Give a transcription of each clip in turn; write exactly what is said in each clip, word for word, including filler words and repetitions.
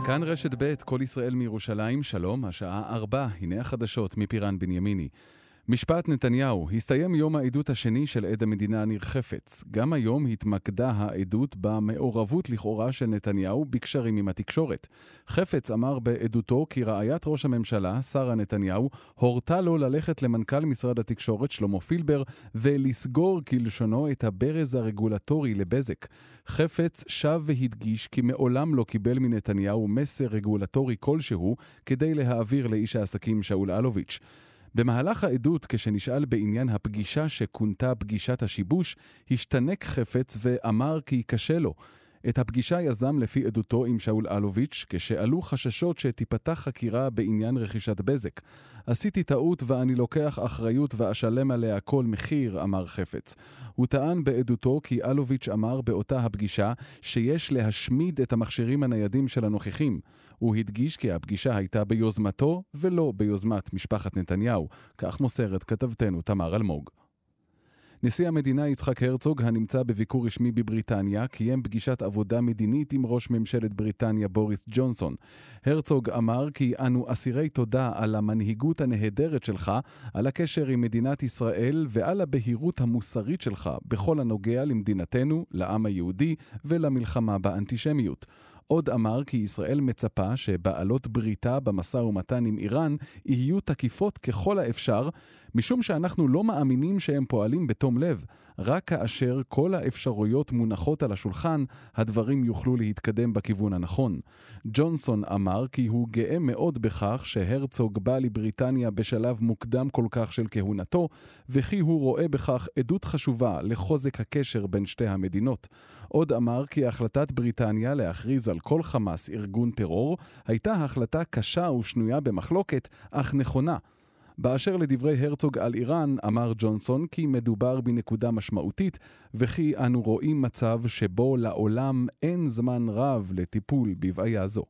כאן רשת ב' כל ישראל מירושלים, שלום, השעה ארבע, הנה החדשות מפירן בנימיני. משפט נתניהו, הסתיים יום העדות השני של עד המדינה ניר חפץ. גם היום התמקדה העדות במעורבות לכאורה של נתניהו בקשרים עם התקשורת. חפץ אמר בעדותו כי רעיית ראש הממשלה, שרה נתניהו, הורתה לו ללכת למנכ"ל משרד התקשורת שלמה פילבר ולסגור כלשונו את הברז הרגולטורי לבזק. חפץ שב והדגיש כי מעולם לא קיבל מנתניהו מסר רגולטורי כלשהו כדי להעביר לאיש העסקים שאול אלוביץ'. במהלך העדות, כשנשאל בעניין הפגישה שכונתה פגישת השיבוש, השתנק חפץ ואמר כי קשה לו. את הפגישה יזם לפי עדותו עם שאול אלוביץ' כשעלו חששות שתיפתח חקירה בעניין רכישת בזק. עשיתי טעות ואני לוקח אחריות ואשלם עליה כל מחיר, אמר חפץ. הוא טען בעדותו כי אלוביץ' אמר באותה הפגישה שיש להשמיד את המכשירים הניידים של הנוכחים. הוא הדגיש כי הפגישה הייתה ביוזמתו ולא ביוזמת משפחת נתניהו. כך מוסרת כתבתנו תמר אלמוג. נשיא המדינה יצחק הרצוג, הנמצא בביקור רשמי בבריטניה, קיים פגישת עבודה מדינית עם ראש ממשלת בריטניה בוריס ג'ונסון. הרצוג אמר כי אנו אסירי תודה על המנהיגות הנהדרת שלך, על הקשר עם מדינת ישראל ועל הבהירות המוסרית שלך בכל הנוגע למדינתנו, לעם היהודי ולמלחמה באנטישמיות. עוד אמר כי ישראל מצפה שבעלות בריתה במשא ומתן עם איראן יהיו תקיפות ככל האפשר, משום שאנחנו לא מאמינים שהם פועלים בתום לב. רק כאשר כל האפשרויות מונחות על השולחן, הדברים יוכלו להתקדם בכיוון הנכון. ג'ונסון אמר כי הוא גאה מאוד בכך שהרצוג בא לבריטניה בשלב מוקדם כל כך של כהונתו, וכי הוא רואה בכך עדות חשובה לחוזק הקשר בין שתי המדינות. עוד אמר כי החלטת בריטניה להכריז על כל חמאס ארגון טרור הייתה החלטה קשה ושנויה במחלוקת, אך נכונה. באשר לדברי הרצוג על איראן, אמר ג'ונסון כי מדובר בנקודה משמעותית, וכי אנו רואים מצב שבו לעולם אין זמן רב לטיפול בבעיה זו.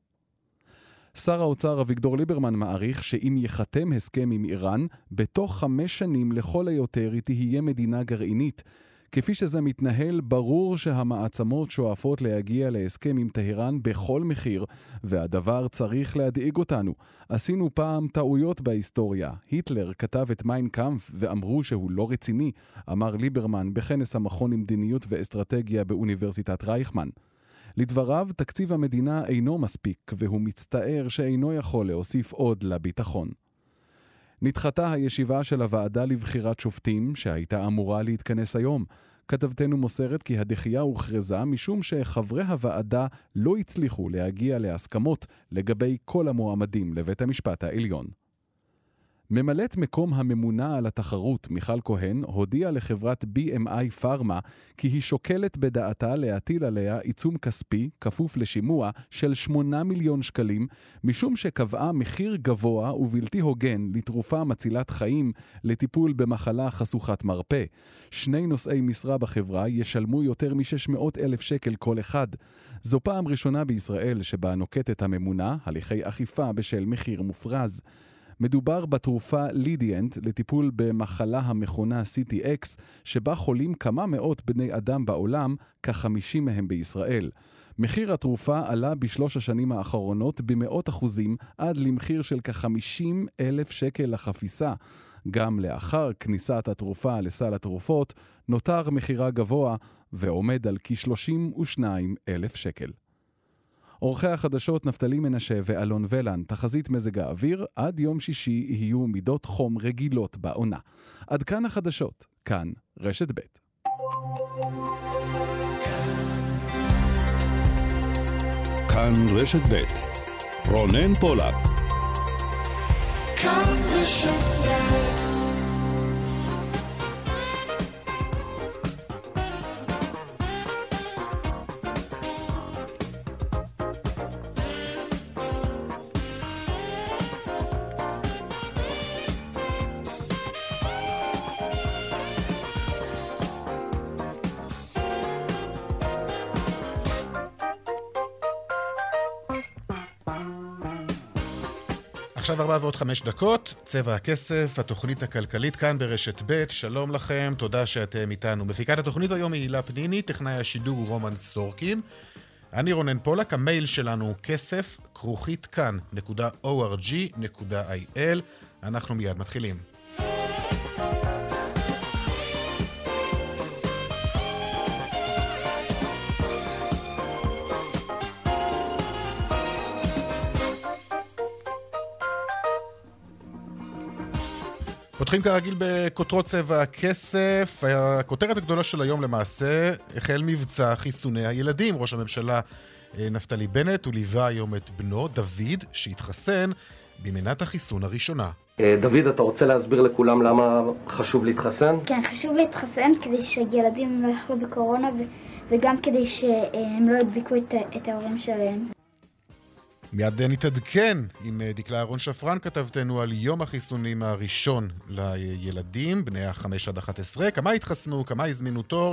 שר האוצר אביגדור ליברמן מעריך שאם יחתם הסכם עם איראן, בתוך חמש שנים לכל היותר היא תהיה מדינה גרעינית. כפי שזה מתנהל, ברור שהמעצמות שואפות להגיע להסכם עם טהרן בכל מחיר, והדבר צריך להדאיג אותנו. עשינו פעם טעויות בהיסטוריה. היטלר כתב את מיין קאמפף ואמרו שהוא לא רציני, אמר ליברמן בכנס המכון למדיניות ואסטרטגיה באוניברסיטת רייכמן. לדבריו, תקציב המדינה אינו מספיק, והוא מצטער שאינו יכול להוסיף עוד לביטחון. נדחתה הישיבה של הוועדה לבחירת שופטים שהייתה אמורה להתכנס היום. כתבתנו מוסרת כי הדחייה הוכרזה משום שחברי הוועדה לא הצליחו להגיע להסכמות לגבי כל המועמדים לבית המשפט העליון. ממלאת מקום הממונה על התחרות, מיכל כהן, הודיעה לחברת בי אם איי פארמה כי היא שוקלת בדעתה להטיל עליה עיצום כספי, כפוף לשימוע, של שמונה מיליון שקלים, משום שקבעה מחיר גבוה ובלתי הוגן לתרופה מצילת חיים לטיפול במחלה חשוכת מרפא. שני נושאי משרה בחברה ישלמו יותר מ-שש מאות אלף שקל כל אחד. זו פעם ראשונה בישראל שבה נוקטת הממונה הליכי אכיפה בשל מחיר מופרז. מדובר בתרופה לידיאנט לטיפול במחלה המכונה סי טי אקס, שבה חולים כמה מאות בני אדם בעולם, כ-חמישים מהם בישראל. מחיר התרופה עלה בשלוש השנים האחרונות במאות אחוזים עד למחיר של כ-חמישים אלף שקל לחפיסה. גם לאחר כניסת התרופה לסל התרופות, נותר מחירה גבוה ועומד על כ-שלושים ושניים אלף שקל. אורחי החדשות נפתלי מנשה ואלון ולן, תחזית מזג האוויר, עד יום שישי יהיו מידות חום רגילות בעונה. עד כאן החדשות, כאן רשת ב'. כאן רשת ב'. רונן פולק. כאן רשת ב'. עכשיו ארבע ועוד חמש דקות, צבע הכסף, התוכנית הכלכלית כאן ברשת ב'. שלום לכם, תודה שאתם איתנו. מפיקת התוכנית היום היא הילה פניני, טכנאי השידור הוא רומן סורקין. אני רונן פולק, המייל שלנו כסף כרוכית כאן נקודה או אר ג'י נקודה איי אל. אנחנו מיד מתחילים. פותחים כרגיל בכותרות צבע הכסף. הכותרת הגדולה של היום למעשה, החל מבצע חיסוני הילדים. ראש הממשלה נפתלי בנט הוא ליווה היום את בנו דוד שהתחסן במנת החיסון הראשונה. דוד, אתה רוצה להסביר לכולם למה חשוב להתחסן? כן, חשוב להתחסן כדי שילדים לא יחלו בקורונה וגם כדי שהם לא ידביקו את, את ההורים שלהם. מיד נתעדכן עם דקלה אהרון שפרן, כתבתנו על יום החיסונים הראשון לילדים, בני החמש עד אחת עשרה. כמה התחסנו, כמה הזמינו תור,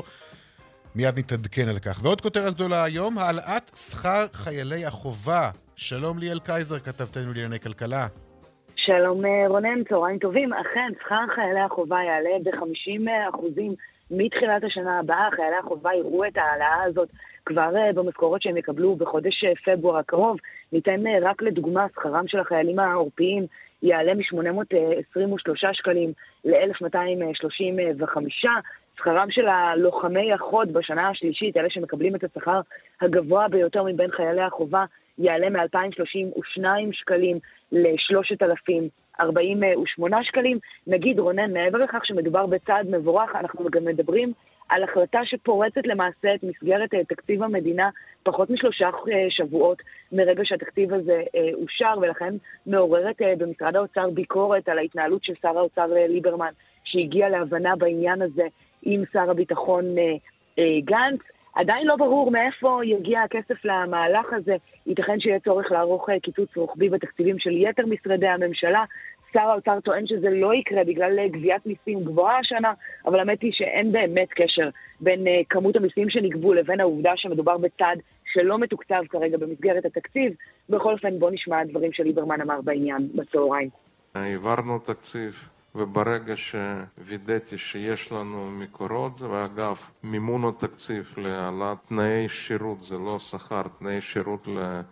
מיד נתעדכן על כך. ועוד כותרת גדולה היום, העלאת שכר חיילי החובה. שלום ליאל קייזר, כתבתנו לענייני כלכלה. שלום רונן, צהריים טובים. אכן, שכר חיילי החובה יעלה ב-חמישים אחוזים מתחילת השנה הבאה. חיילי החובה יראו את העלאה הזאת כבר במשכורות שהם יקבלו בחודש פברואר הקרוב. ניתן רק לדוגמה, שכרם של החיילים העורפיים יעלה מ-שמונה מאות עשרים ושלושה שקלים ל-אלף מאתיים שלושים וחמישה. שכרם של הלוחמי החוד בשנה השלישית, אלה שמקבלים את השכר הגבוה ביותר מבין חיילי החובה, יעלה מ-אלפיים שלושים ושניים שקלים ל-שלושת אלפים ארבעים ושמונה שקלים. נגיד רונן, מעבר לכך שמדובר בצעד מבורך, אנחנו גם מדברים על החלטה שפורצת למעשה את מסגרת תקציב המדינה פחות משלושה שבועות מרגע שהתקציב הזה אושר, ולכן מעוררת במשרד האוצר ביקורת על ההתנהלות של שר האוצר ליברמן, שהגיע להבנה בעניין הזה עם שר הביטחון גנץ. עדיין לא ברור מאיפה יגיע הכסף למהלך הזה. ייתכן שיהיה צורך לערוך קיצוץ רוחבי בתקציבים של יתר משרדי הממשלה. שר האוצר טוען שזה לא יקרה בגלל גביית מיסים גבוהה השנה, אבל האמת היא שאין באמת קשר בין כמות המיסים שנגבו לבין העובדה שמדובר בצד שלא מתוקצב כרגע במסגרת התקציב. בכל אופן, בוא נשמע הדברים שליברמן אמר בעניין בצהריים. העברנו תקציב, וברגע שווידאתי שיש לנו מקורות, ואגב, מימון התקציב להעלאת תנאי שירות, זה לא שכר, תנאי שירות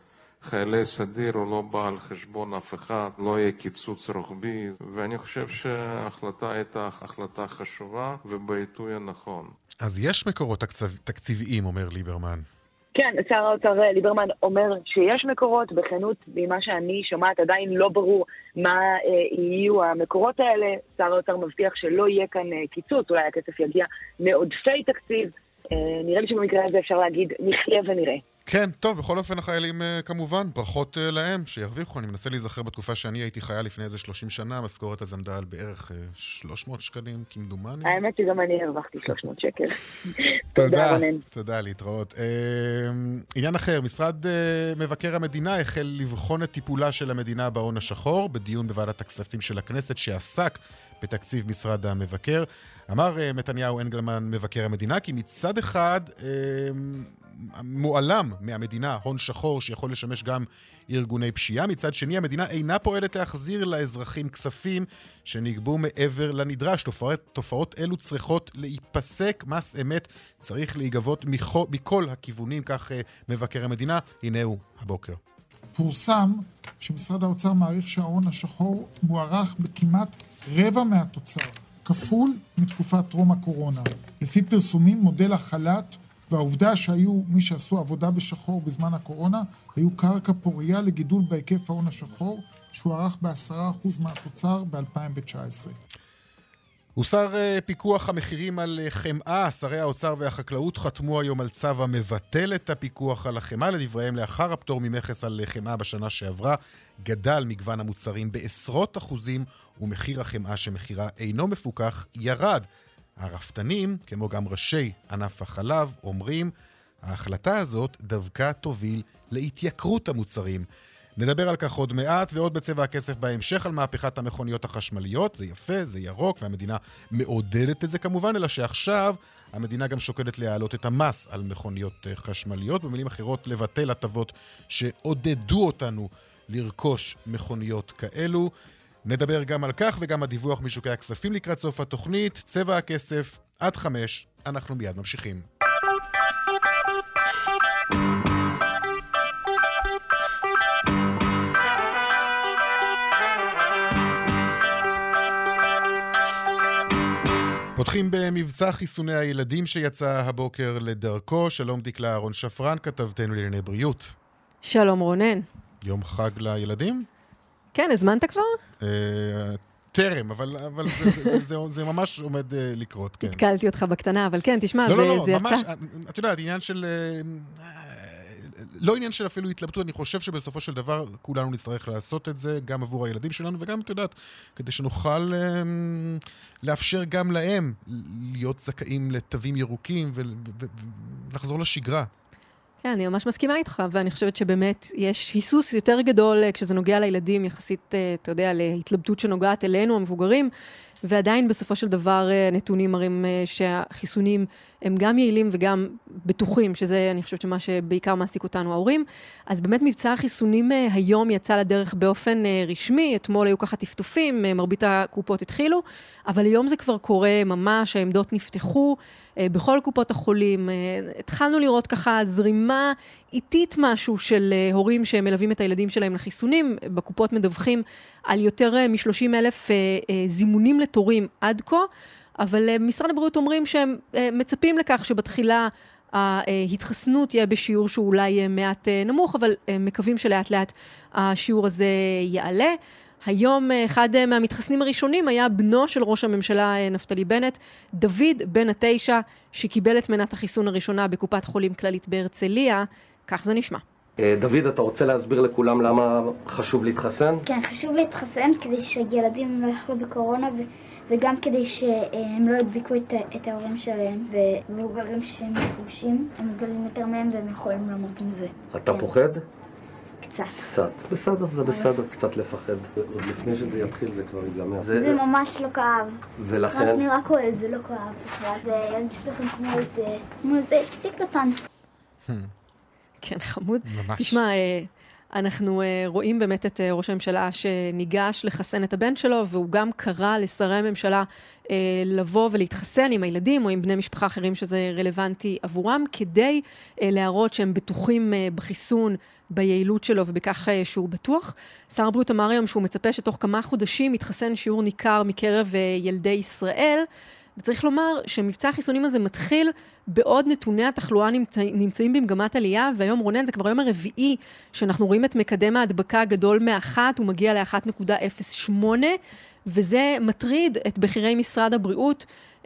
לחיילי סדיר, הוא לא בא על חשבון אף אחד, לא יהיה קיצוץ רוחבי, ואני חושב שההחלטה הייתה החלטה חשובה ובעיתוי הנכון. אז יש מקורות תקציב, תקציביים, אומר ליברמן. כן, שר האוצר ליברמן אומר שיש מקורות, בכנות ממה שאני שומעת עדיין לא ברור מה אה, יהיו המקורות האלה. שר האוצר מבטיח שלא יהיה כאן אה, קיצוץ, אולי הכסף יגיע מעודפי תקציב. אה, נראה לי שבמקרה הזה אפשר להגיד נחיה ונראה. כן, טוב, בכל אופן החיילים כמובן, ברכות להם שירוויחו. אני מנסה להיזכר בתקופה שאני הייתי חייל לפני איזה שלושים שנה, המשכורת אז עמדה על בערך שלוש מאות שקלים, כמדומני. האמת שגם אני הרווחתי שלוש מאות שקל. תודה, תודה, להתראות. עניין אחר, משרד מבקר המדינה החל לבחון את טיפולה של המדינה בהון השחור, בדיון בוועדת הכספים של הכנסת שעסק בתקציב משרד המבקר. אמר נתניהו אנגלמן מבקר המדינה, כי מצד אחד מועלם מהמדינה הון שחור שיכול לשמש גם ארגוני פשיעה. מצד שני, המדינה אינה פועלת להחזיר לאזרחים כספים שנגבו מעבר לנדרש. תופעות, תופעות אלו צריכות להיפסק. מס אמת צריך להיגבות מכל, מכל הכיוונים, כך מבקר המדינה. הנה הוא הבוקר. פורסם שמשרד האוצר מעריך שההון השחור מוערך בכמעט רבע מהתוצר, כפול מתקופת טרום הקורונה. לפי פרסומים, מודל החל"ת והעובדה שהיו מי שעשו עבודה בשחור בזמן הקורונה, היו קרקע פוריה לגידול בהיקף ההון השחור, שהוערך ב-עשרה אחוז מהתוצר ב-אלפיים תשע עשרה. הוסר פיקוח המחירים על חמאה. שרי האוצר והחקלאות חתמו היום על צו המבטל את הפיקוח על החמאה. לדבריהם, לאחר הפטור ממכס על חמאה בשנה שעברה, גדל מגוון המוצרים בעשרות אחוזים, ומחיר החמאה שמחירה אינו מפוקח ירד. הרפתנים, כמו גם ראשי ענף החלב, אומרים, ההחלטה הזאת דווקא תוביל להתייקרות המוצרים. נדבר על כך עוד מעט, ועוד בצבע הכסף בהמשך על מהפכת המכוניות החשמליות. זה יפה, זה ירוק, והמדינה מעודדת את זה כמובן, אלא שעכשיו המדינה גם שוקלת להעלות את המס על מכוניות חשמליות. במילים אחרות, לבטל הטבות שעודדו אותנו לרכוש מכוניות כאלו. נדבר גם על כך וגם הדיווח משוקי הכספים לקראת סוף התוכנית. צבע הכסף עד חמש, אנחנו מיד ממשיכים. פותחים במבצע חיסוני הילדים שיצא הבוקר לדרכו. שלום דקלה אהרון שפרן, כתבתנו לענייני בריאות. שלום רונן. יום חג לילדים? כן, הזמנת כבר? אה, טרם, אבל, אבל זה, זה, זה, זה, זה ממש עומד אה, לקרות, כן. התקלתי אותך בקטנה, אבל כן, תשמע, לא, זה, לא, לא, זה ממש, יצא. את יודעת, עניין של... אה, לא עניין של אפילו התלבטות, אני חושב שבסופו של דבר כולנו נצטרך לעשות את זה, גם עבור הילדים שלנו, וגם, את יודעת, כדי שנוכל אה, לאפשר גם להם להיות זכאים לתווים ירוקים ולחזור לשגרה. כן, אני ממש מסכימה איתך, ואני חושבת שבאמת יש היסוס יותר גדול כשזה נוגע לילדים, יחסית, אתה יודע, להתלבטות שנוגעת אלינו, המבוגרים, ועדיין בסופו של דבר נתונים מראים שהחיסונים הם גם יעילים וגם בטוחים, שזה אני חושבת שמה שבעיקר מעסיק אותנו ההורים. אז באמת מבצע החיסונים היום יצא לדרך באופן רשמי, אתמול היו ככה טפטופים, מרבית הקופות התחילו, אבל היום זה כבר קורה ממש, העמדות נפתחו בכל קופות החולים. התחלנו לראות ככה זרימה איטית משהו של הורים שמלווים את הילדים שלהם לחיסונים, בקופות מדווחים על יותר מ-שלושים אלף זימונים לתורים עד כה, אבל משרד הבריאות אומרים שהם מצפים לכך שבתחילה ההתחסנות תהיה בשיעור שאולי מעט נמוך, אבל מקווים שלאט לאט השיעור הזה יעלה. היום אחד מהמתחסנים הראשונים היה בנו של ראש הממשלה נפתלי בנט, דוד בן התשע, שקיבל את מנת החיסון הראשונה בקופת חולים כללית בהרצליה. כך זה נשמע. דוד, אתה רוצה להסביר לכולם למה חשוב להתחסן? כן, חשוב להתחסן כדי שילדים לא יחלו בקורונה ו... וגם כדי שהם לא ידביקו את, את ההורים שלהם, ומבוגרים שהם מפגשים, הם גדולים יותר מהם והם יכולים לעמוד עם זה. אתה כן. פוחד? קצת. קצת. בסדר, זה בסדר, קצת לפחד. עוד לפני שזה יתחיל זה כבר ייגמר. זה, זה ממש לא כאב. ולכן? רק נראה כואב, זה לא כאב בכלל. זה ירגיש לכם כמו איזה, כמו איזה תיק קטן. כן, חמוד. ממש. תשמע, אנחנו רואים באמת את ראש הממשלה שניגש לחסן את הבן שלו, והוא גם קרא לשרי הממשלה לבוא ולהתחסן עם הילדים או עם בני משפחה אחרים שזה רלוונטי עבורם, כדי להראות שהם בטוחים בחיסון, ביעילות שלו ובכך שהוא בטוח. שר הבריאות אמר היום שהוא מצפה שתוך כמה חודשים יתחסן שיעור ניכר מקרב ילדי ישראל, וצריך לומר שמבצע החיסונים הזה מתחיל בעוד נתוני התחלואה נמצא, נמצאים במגמת עלייה, והיום רונן זה כבר היום הרביעי שאנחנו רואים את מקדם ההדבקה הגדול מאחת, הוא מגיע ל-אחת נקודה אפס שמונה, וזה מטריד את בכירי משרד הבריאות,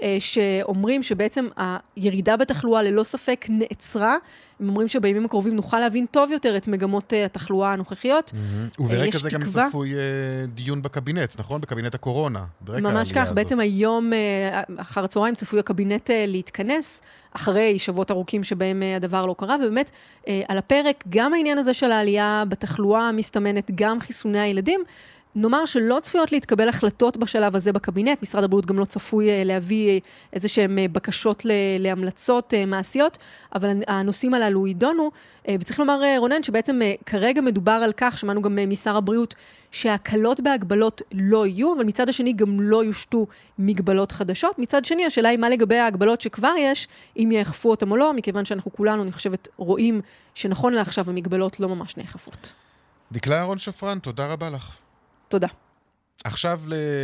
שאומרים שבעצם הירידה בתחלואה ללא ספק נעצרה. הם אומרים שבימים הקרובים נוכל להבין טוב יותר את מגמות התחלואה הנוכחיות. וברקע זה גם צפוי דיון בקבינט, נכון? בקבינט הקורונה. ממש כך, בעצם היום אחר הצהריים צפוי הקבינט להתכנס, אחרי שבועות ארוכים שבהם הדבר לא קרה, ובאמת על הפרק גם העניין הזה של העלייה בתחלואה מסתמנת, גם חיסוני הילדים, נאמר שלא צפויות להתקבל החלטות בשלב הזה בקבינט, משרד הבריאות גם לא צפוי להביא איזה שהן בקשות להמלצות מעשיות, אבל הנושאים הללו יידונו, וצריך לומר רונן שבעצם כרגע מדובר על כך, שמענו גם משר הבריאות, שהקלות בהגבלות לא יהיו, אבל מצד השני גם לא יושתו מגבלות חדשות. מצד שני, השאלה היא מה לגבי ההגבלות שכבר יש, אם יאכפו אותם או לא, מכיוון שאנחנו כולנו, אני חושבת, רואים שנכון לעכשיו המגבלות לא ממש נאכפות. דקלה אהרון שפרן, תודה רבה לך. תודה. עכשיו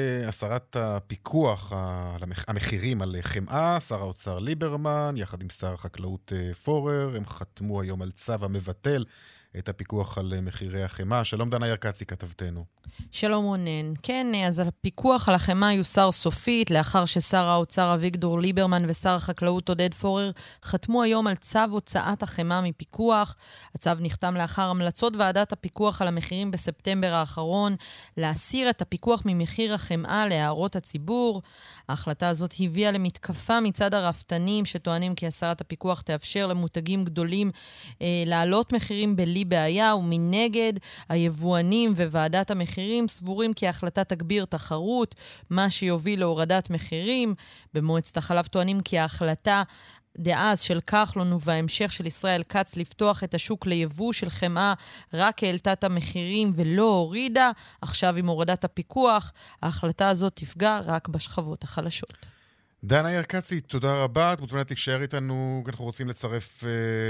להסרת הפיקוח על המחירים על חמאה, שר האוצר ליברמן, יחד עם שר החקלאות פורר, הם חתמו היום על צו המבטל את הפיקוח על מחירי החמאה. שלום דנה ירקצי, כתבתנו. שלום רונן. כן, אז הפיקוח על החמאה יוסר סופית, לאחר ששר האוצר אביגדור ליברמן ושר החקלאות עודד פורר חתמו היום על צו הוצאת החמאה מפיקוח. הצו נחתם לאחר המלצות ועדת הפיקוח על המחירים בספטמבר האחרון, להסיר את הפיקוח ממחיר החמאה להערות הציבור. ההחלטה הזאת הביאה למתקפה מצד הרפתנים, שטוענים כי הסרת הפיקוח תאפשר למותגים גדולים אה, לעלות מחירים בלי בעיה, ומנגד היבואנים וועדת המחירים סבורים כי ההחלטה תגביר תחרות, מה שיוביל להורדת מחירים. במועצת החלב טוענים כי ההחלטה דאז של כחלון ובהמשך של ישראל כץ לפתוח את השוק ליבוא של חמאה רק העלתה את המחירים ולא הורידה. עכשיו עם הורדת הפיקוח, ההחלטה הזאת תפגע רק בשכבות החלשות. דנה ירקצי, תודה רבה. את מוזמנת להישאר איתנו, אנחנו רוצים לצרף uh,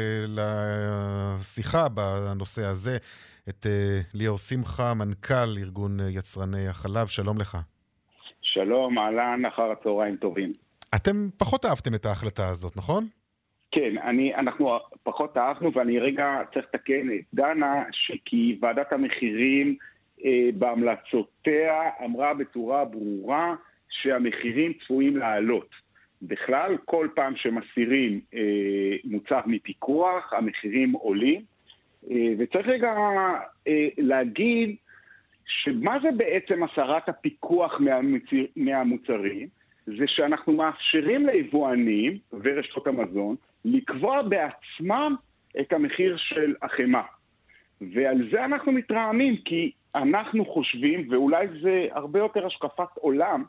לשיחה בנושא הזה את uh, ליאור שמחה, מנכ"ל ארגון יצרני החלב. שלום לך. שלום, אהלן, אחר הצהריים טובים. אתם פחות אהבתם את ההחלטה הזאת, נכון? כן, אני, אנחנו פחות אהבנו, ואני רגע צריך לתקן את דנה, שכי ועדת המחירים אה, בהמלצותיה אמרה בצורה ברורה שהמחירים צפויים לעלות. בכלל, כל פעם שמסירים אה, מוצר מפיקוח, המחירים עולים, אה, וצריך רגע אה, להגיד שמה זה בעצם הסרת הפיקוח מהמוצר, מהמוצרים, זה שאנחנו מאפשרים ליבואנים ורשתות המזון לקבוע בעצמם את המחיר של החמה. ועל זה אנחנו מתרעמים, כי אנחנו חושבים, ואולי זה הרבה יותר השקפת עולם,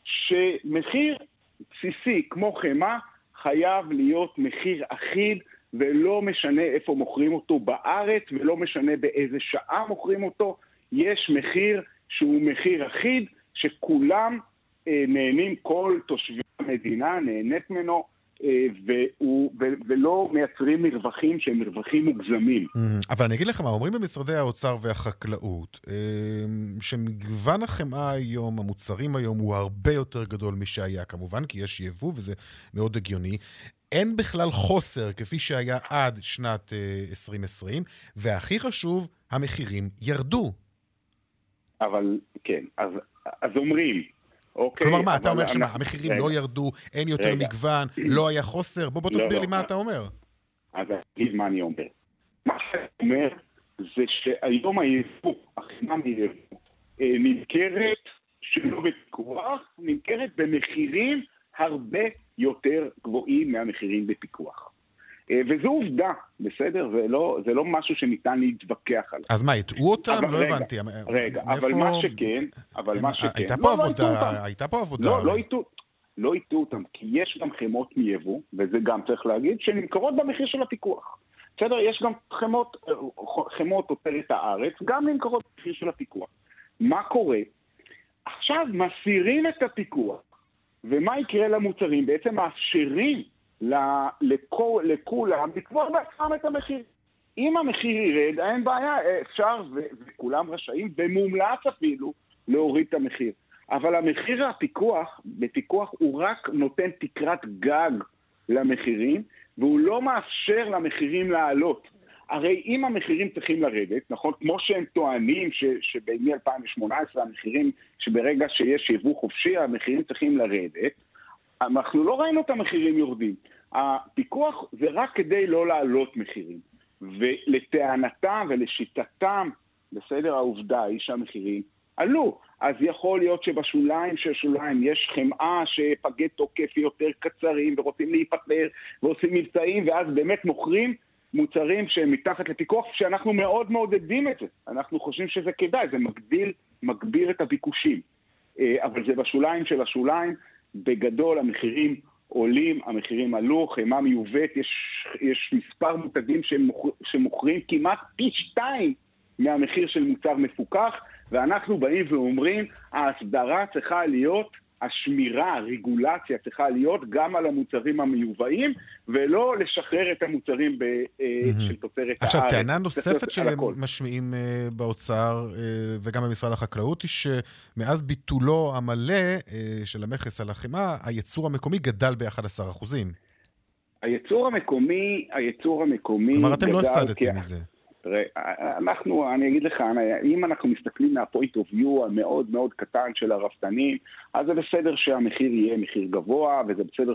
שמחיר בסיסי כמו חמה חייב להיות מחיר אחיד, ולא משנה איפה מוכרים אותו בארץ, ולא משנה באיזה שעה מוכרים אותו. יש מחיר שהוא מחיר אחיד, שכולם אה, נהנים, כל תושבי המדינה נהנית ממנו, אה, והוא, ו, ולא מייצרים מרווחים שהם מרווחים מוגזמים. אבל אני אגיד לך מה, אומרים במשרדי האוצר והחקלאות, שמגוון החמאה היום, המוצרים היום, הוא הרבה יותר גדול משהיה כמובן, כי יש יבוא וזה מאוד הגיוני. אין בכלל חוסר כפי שהיה עד שנת עשרים עשרים, והכי חשוב, המחירים ירדו. אבל כן, אז, אז אומרים, אוקיי. כלומר מה, אתה אומר שמה, המחירים לא ירדו, אין יותר מגוון, לא היה חוסר? בוא בוא תסביר לי מה אתה אומר. אז אני אגיד מה אני אומר. מה שאני אומר זה שהיום היבוא, החמאה מיבוא, נמכרת שלא בפיקוח, נמכרת במחירים הרבה יותר גבוהים מהמחירים בפיקוח. וזו עובדה, בסדר? זה לא, זה לא משהו שניתן להתווכח עליו. אז מה, יטעו אותם? לא רגע, הבנתי. רגע, מאיפה... אבל מה שכן, אבל מה שכן... הייתה פה לא, עבודה, לא הייתה פה עבודה. לא, לא יטעו, לא יטעו אותם, כי יש גם חמות מיבוא, וזה גם צריך להגיד, שנמכרות במחיר של הפיקוח. בסדר? יש גם חמות, חמות תוצרת הארץ, גם נמכרות במחיר של הפיקוח. מה קורה? עכשיו מסירים את הפיקוח, ומה יקרה למוצרים? בעצם מאפשרים לכול, לכולם לקבוע בעצמם את המחיר. אם המחיר ירד, אין בעיה, אפשר וכולם רשאים, במומלץ אפילו, להוריד את המחיר. אבל המחיר הפיקוח, בפיקוח הוא רק נותן תקרת גג למחירים, והוא לא מאפשר למחירים לעלות. הרי אם המחירים צריכים לרדת, נכון, כמו שהם טוענים שב-אלפיים שמונה עשרה המחירים, שברגע שיש יבוא חופשי, המחירים צריכים לרדת, אנחנו לא ראינו את המחירים יורדים. הפיקוח זה רק כדי לא לעלות מחירים. ולטענתם ולשיטתם, בסדר, העובדה היא שהמחירים עלו. אז יכול להיות שבשוליים של שוליים יש חמאה שפגי תוקף יותר קצרים ורוצים להיפטר ועושים מבצעים, ואז באמת מוכרים מוצרים שהם מתחת לפיקוח, שאנחנו מאוד מעודדים את זה. אנחנו חושבים שזה כדאי, זה מגדיל, מגביר את הביקושים. אבל זה בשוליים של השוליים, בגדול המחירים עולים, המחירים עלו, חמאה מיובאת, יש, יש מספר מותגים שמוכר, שמוכרים כמעט פי שתיים מהמחיר של מוצר מפוקח, ואנחנו באים ואומרים, ההסדרה צריכה להיות, השמירה, הרגולציה צריכה להיות גם על המוצרים המיובאים, ולא לשחרר את המוצרים ב, של תוצרת הארץ. עכשיו, טענה נוספת שמשמיעים באוצר וגם במשרד החקלאות, היא שמאז ביטולו המלא של המכס על החמאה, הייצור המקומי גדל ב-אחד עשר אחוזים. הייצור המקומי, הייצור המקומי... כלומר, אתם לא הפסדתם מזה. תראה, אנחנו, אני אגיד לך, אם אנחנו מסתכלים מהפוינט אוף ויו המאוד מאוד קטן של הרפתנים, אז זה בסדר שהמחיר יהיה מחיר גבוה, וזה בסדר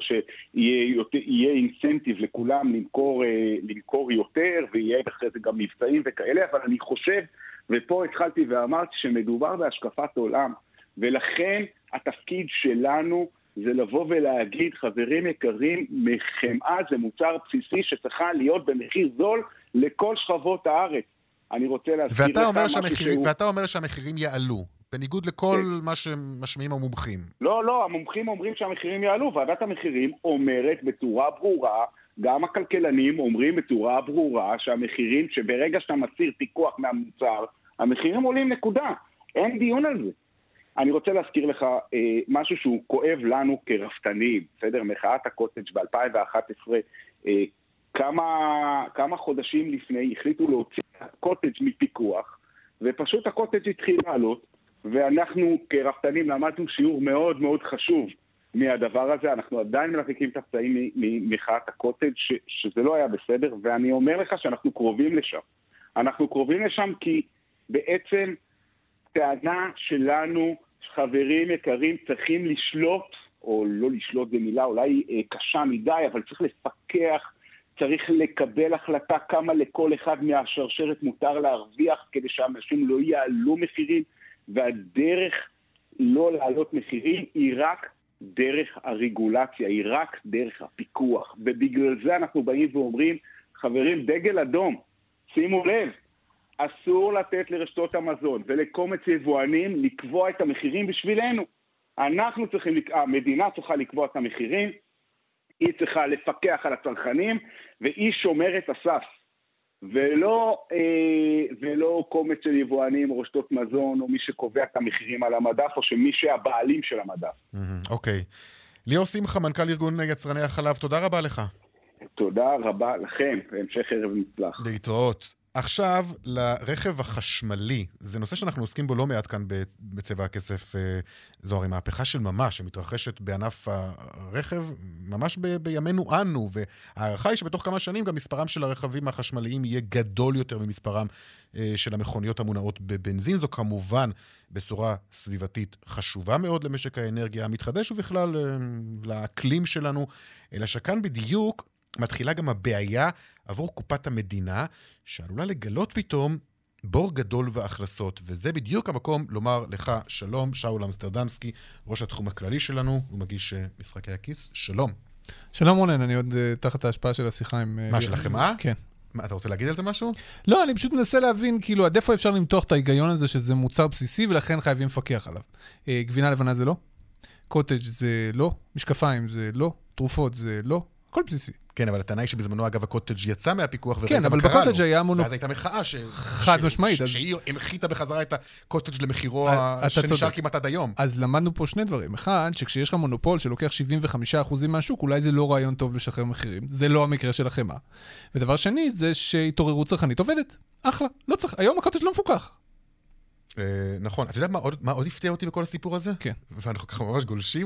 שיהיה אינסנטיב לכולם למכור, למכור יותר, ויהיה אחרי זה גם מבצעים וכאלה, אבל אני חושב, ופה התחלתי ואמרתי שמדובר בהשקפת עולם, ולכן התפקיד שלנו זה לבוא ולהגיד, חברים יקרים, מחמאה זה מוצר בסיסי שצריכה להיות במחיר זול לכל שכבות הארץ. אני רוצה להזכיר ואתה אומר, שהמחיר, שהוא... ואתה אומר שהמחירים יעלו, בניגוד לכל כן. מה שמשמיעים המומחים. לא, לא, המומחים אומרים שהמחירים יעלו, ועדת המחירים אומרת בצורה ברורה, גם הכלכלנים אומרים בצורה ברורה, שהמחירים, שברגע שאתה מסיר פיקוח מהמוצר, המחירים עולים נקודה. אין דיון על זה. אני רוצה להזכיר לך אה, משהו שהוא כואב לנו כרפתנים, בסדר? מחאת הקוטג' ב-אלפיים ואחת עשרה, אה, כמה, כמה חודשים לפני החליטו להוציא הקוטג' מפיקוח, ופשוט הקוטג' התחיל לעלות, ואנחנו כרפתנים למדנו שיעור מאוד מאוד חשוב מהדבר הזה, אנחנו עדיין מלחיקים את הפצעים ממחאת הקוטג' ש, שזה לא היה בסדר, ואני אומר לך שאנחנו קרובים לשם. אנחנו קרובים לשם כי בעצם טענה שלנו, חברים יקרים, צריכים לשלוט, או לא לשלוט במילה, אולי אה, קשה מדי, אבל צריך לפקח, צריך לקבל החלטה כמה לכל אחד מהשרשרת מותר להרוויח, כדי שאנשים לא יעלו מחירים, והדרך לא לעלות מחירים היא רק דרך הרגולציה, היא רק דרך הפיקוח. ובגלל זה אנחנו באים ואומרים, חברים, דגל אדום, שימו לב, אסור לתת לרשתות המזון ולקומץ יבואנים לקבוע את המחירים בשבילנו. אנחנו צריכים, המדינה צריכה לקבוע את המחירים, היא צריכה לפקח על הצרכנים, והיא שומרת הסף. ולא, אה, ולא קומץ של יבואנים או רשתות מזון, או מי שקובע את המחירים על המדף, או שמי שהבעלים של המדף. אוקיי. ליאור שמחה, מנכ"ל ארגון יצרני החלב, תודה רבה לך. תודה רבה לכם, והמשך ערב מצלח. להתראות. עכשיו, לרכב החשמלי, זה נושא שאנחנו עוסקים בו לא מעט כאן בצבע הכסף, זו הרי מהפכה של ממש, שמתרחשת בענף הרכב, ממש ב- בימינו אנו, והערכה היא שבתוך כמה שנים גם מספרם של הרכבים החשמליים יהיה גדול יותר ממספרם של המכוניות המונעות בבנזין. זו כמובן בשורה סביבתית חשובה מאוד למשק האנרגיה המתחדש, ובכלל לאקלים שלנו, אלא שכאן בדיוק מתחילה גם הבעיה עבור קופת המדינה, שעלולה לגלות פתאום בור גדול בהכנסות, וזה בדיוק המקום לומר לך שלום, שאול אמסטרדמסקי, ראש התחום הכללי שלנו, הוא מגיש משחקי הכיס. שלום. שלום רונן, אני עוד תחת ההשפעה של השיחה עם... מה, שלכם, אה? כן. מה, אתה רוצה להגיד על זה משהו? לא, אני פשוט מנסה להבין, כאילו, עד איפה אפשר למתוח את ההיגיון הזה שזה מוצר בסיסי, ולכן חייבים לפקח עליו. גבינה לבנה זה לא, קוטג' זה לא, משקפיים זה לא, תרופות זה לא, הכל בסיסי. כן, אבל הטענה היא שבזמנו, אגב, הקוטג' יצא מהפיקוח, כן, אבל בקוטג' היה מונו... ואז הייתה מחאה ש... חד משמעית. שהיא המחיתה בחזרה את הקוטג' למחירו שנשאר כמעט עד היום. אז למדנו פה שני דברים. אחד, שכשיש לך מונופול שלוקח שבעים וחמישה אחוז מהשוק, אולי זה לא רעיון טוב לשחרר מחירים. זה לא המקרה של החמאה. ודבר שני, זה שהתעוררות צרכנית עובדת. אחלה. לא צריך... היום הקוטג' לא מפוקח. נכון. אתה יודע מה עוד הפתיע אותי בכל הסיפור הזה? כן. ואנחנו ככה ממש גולשים,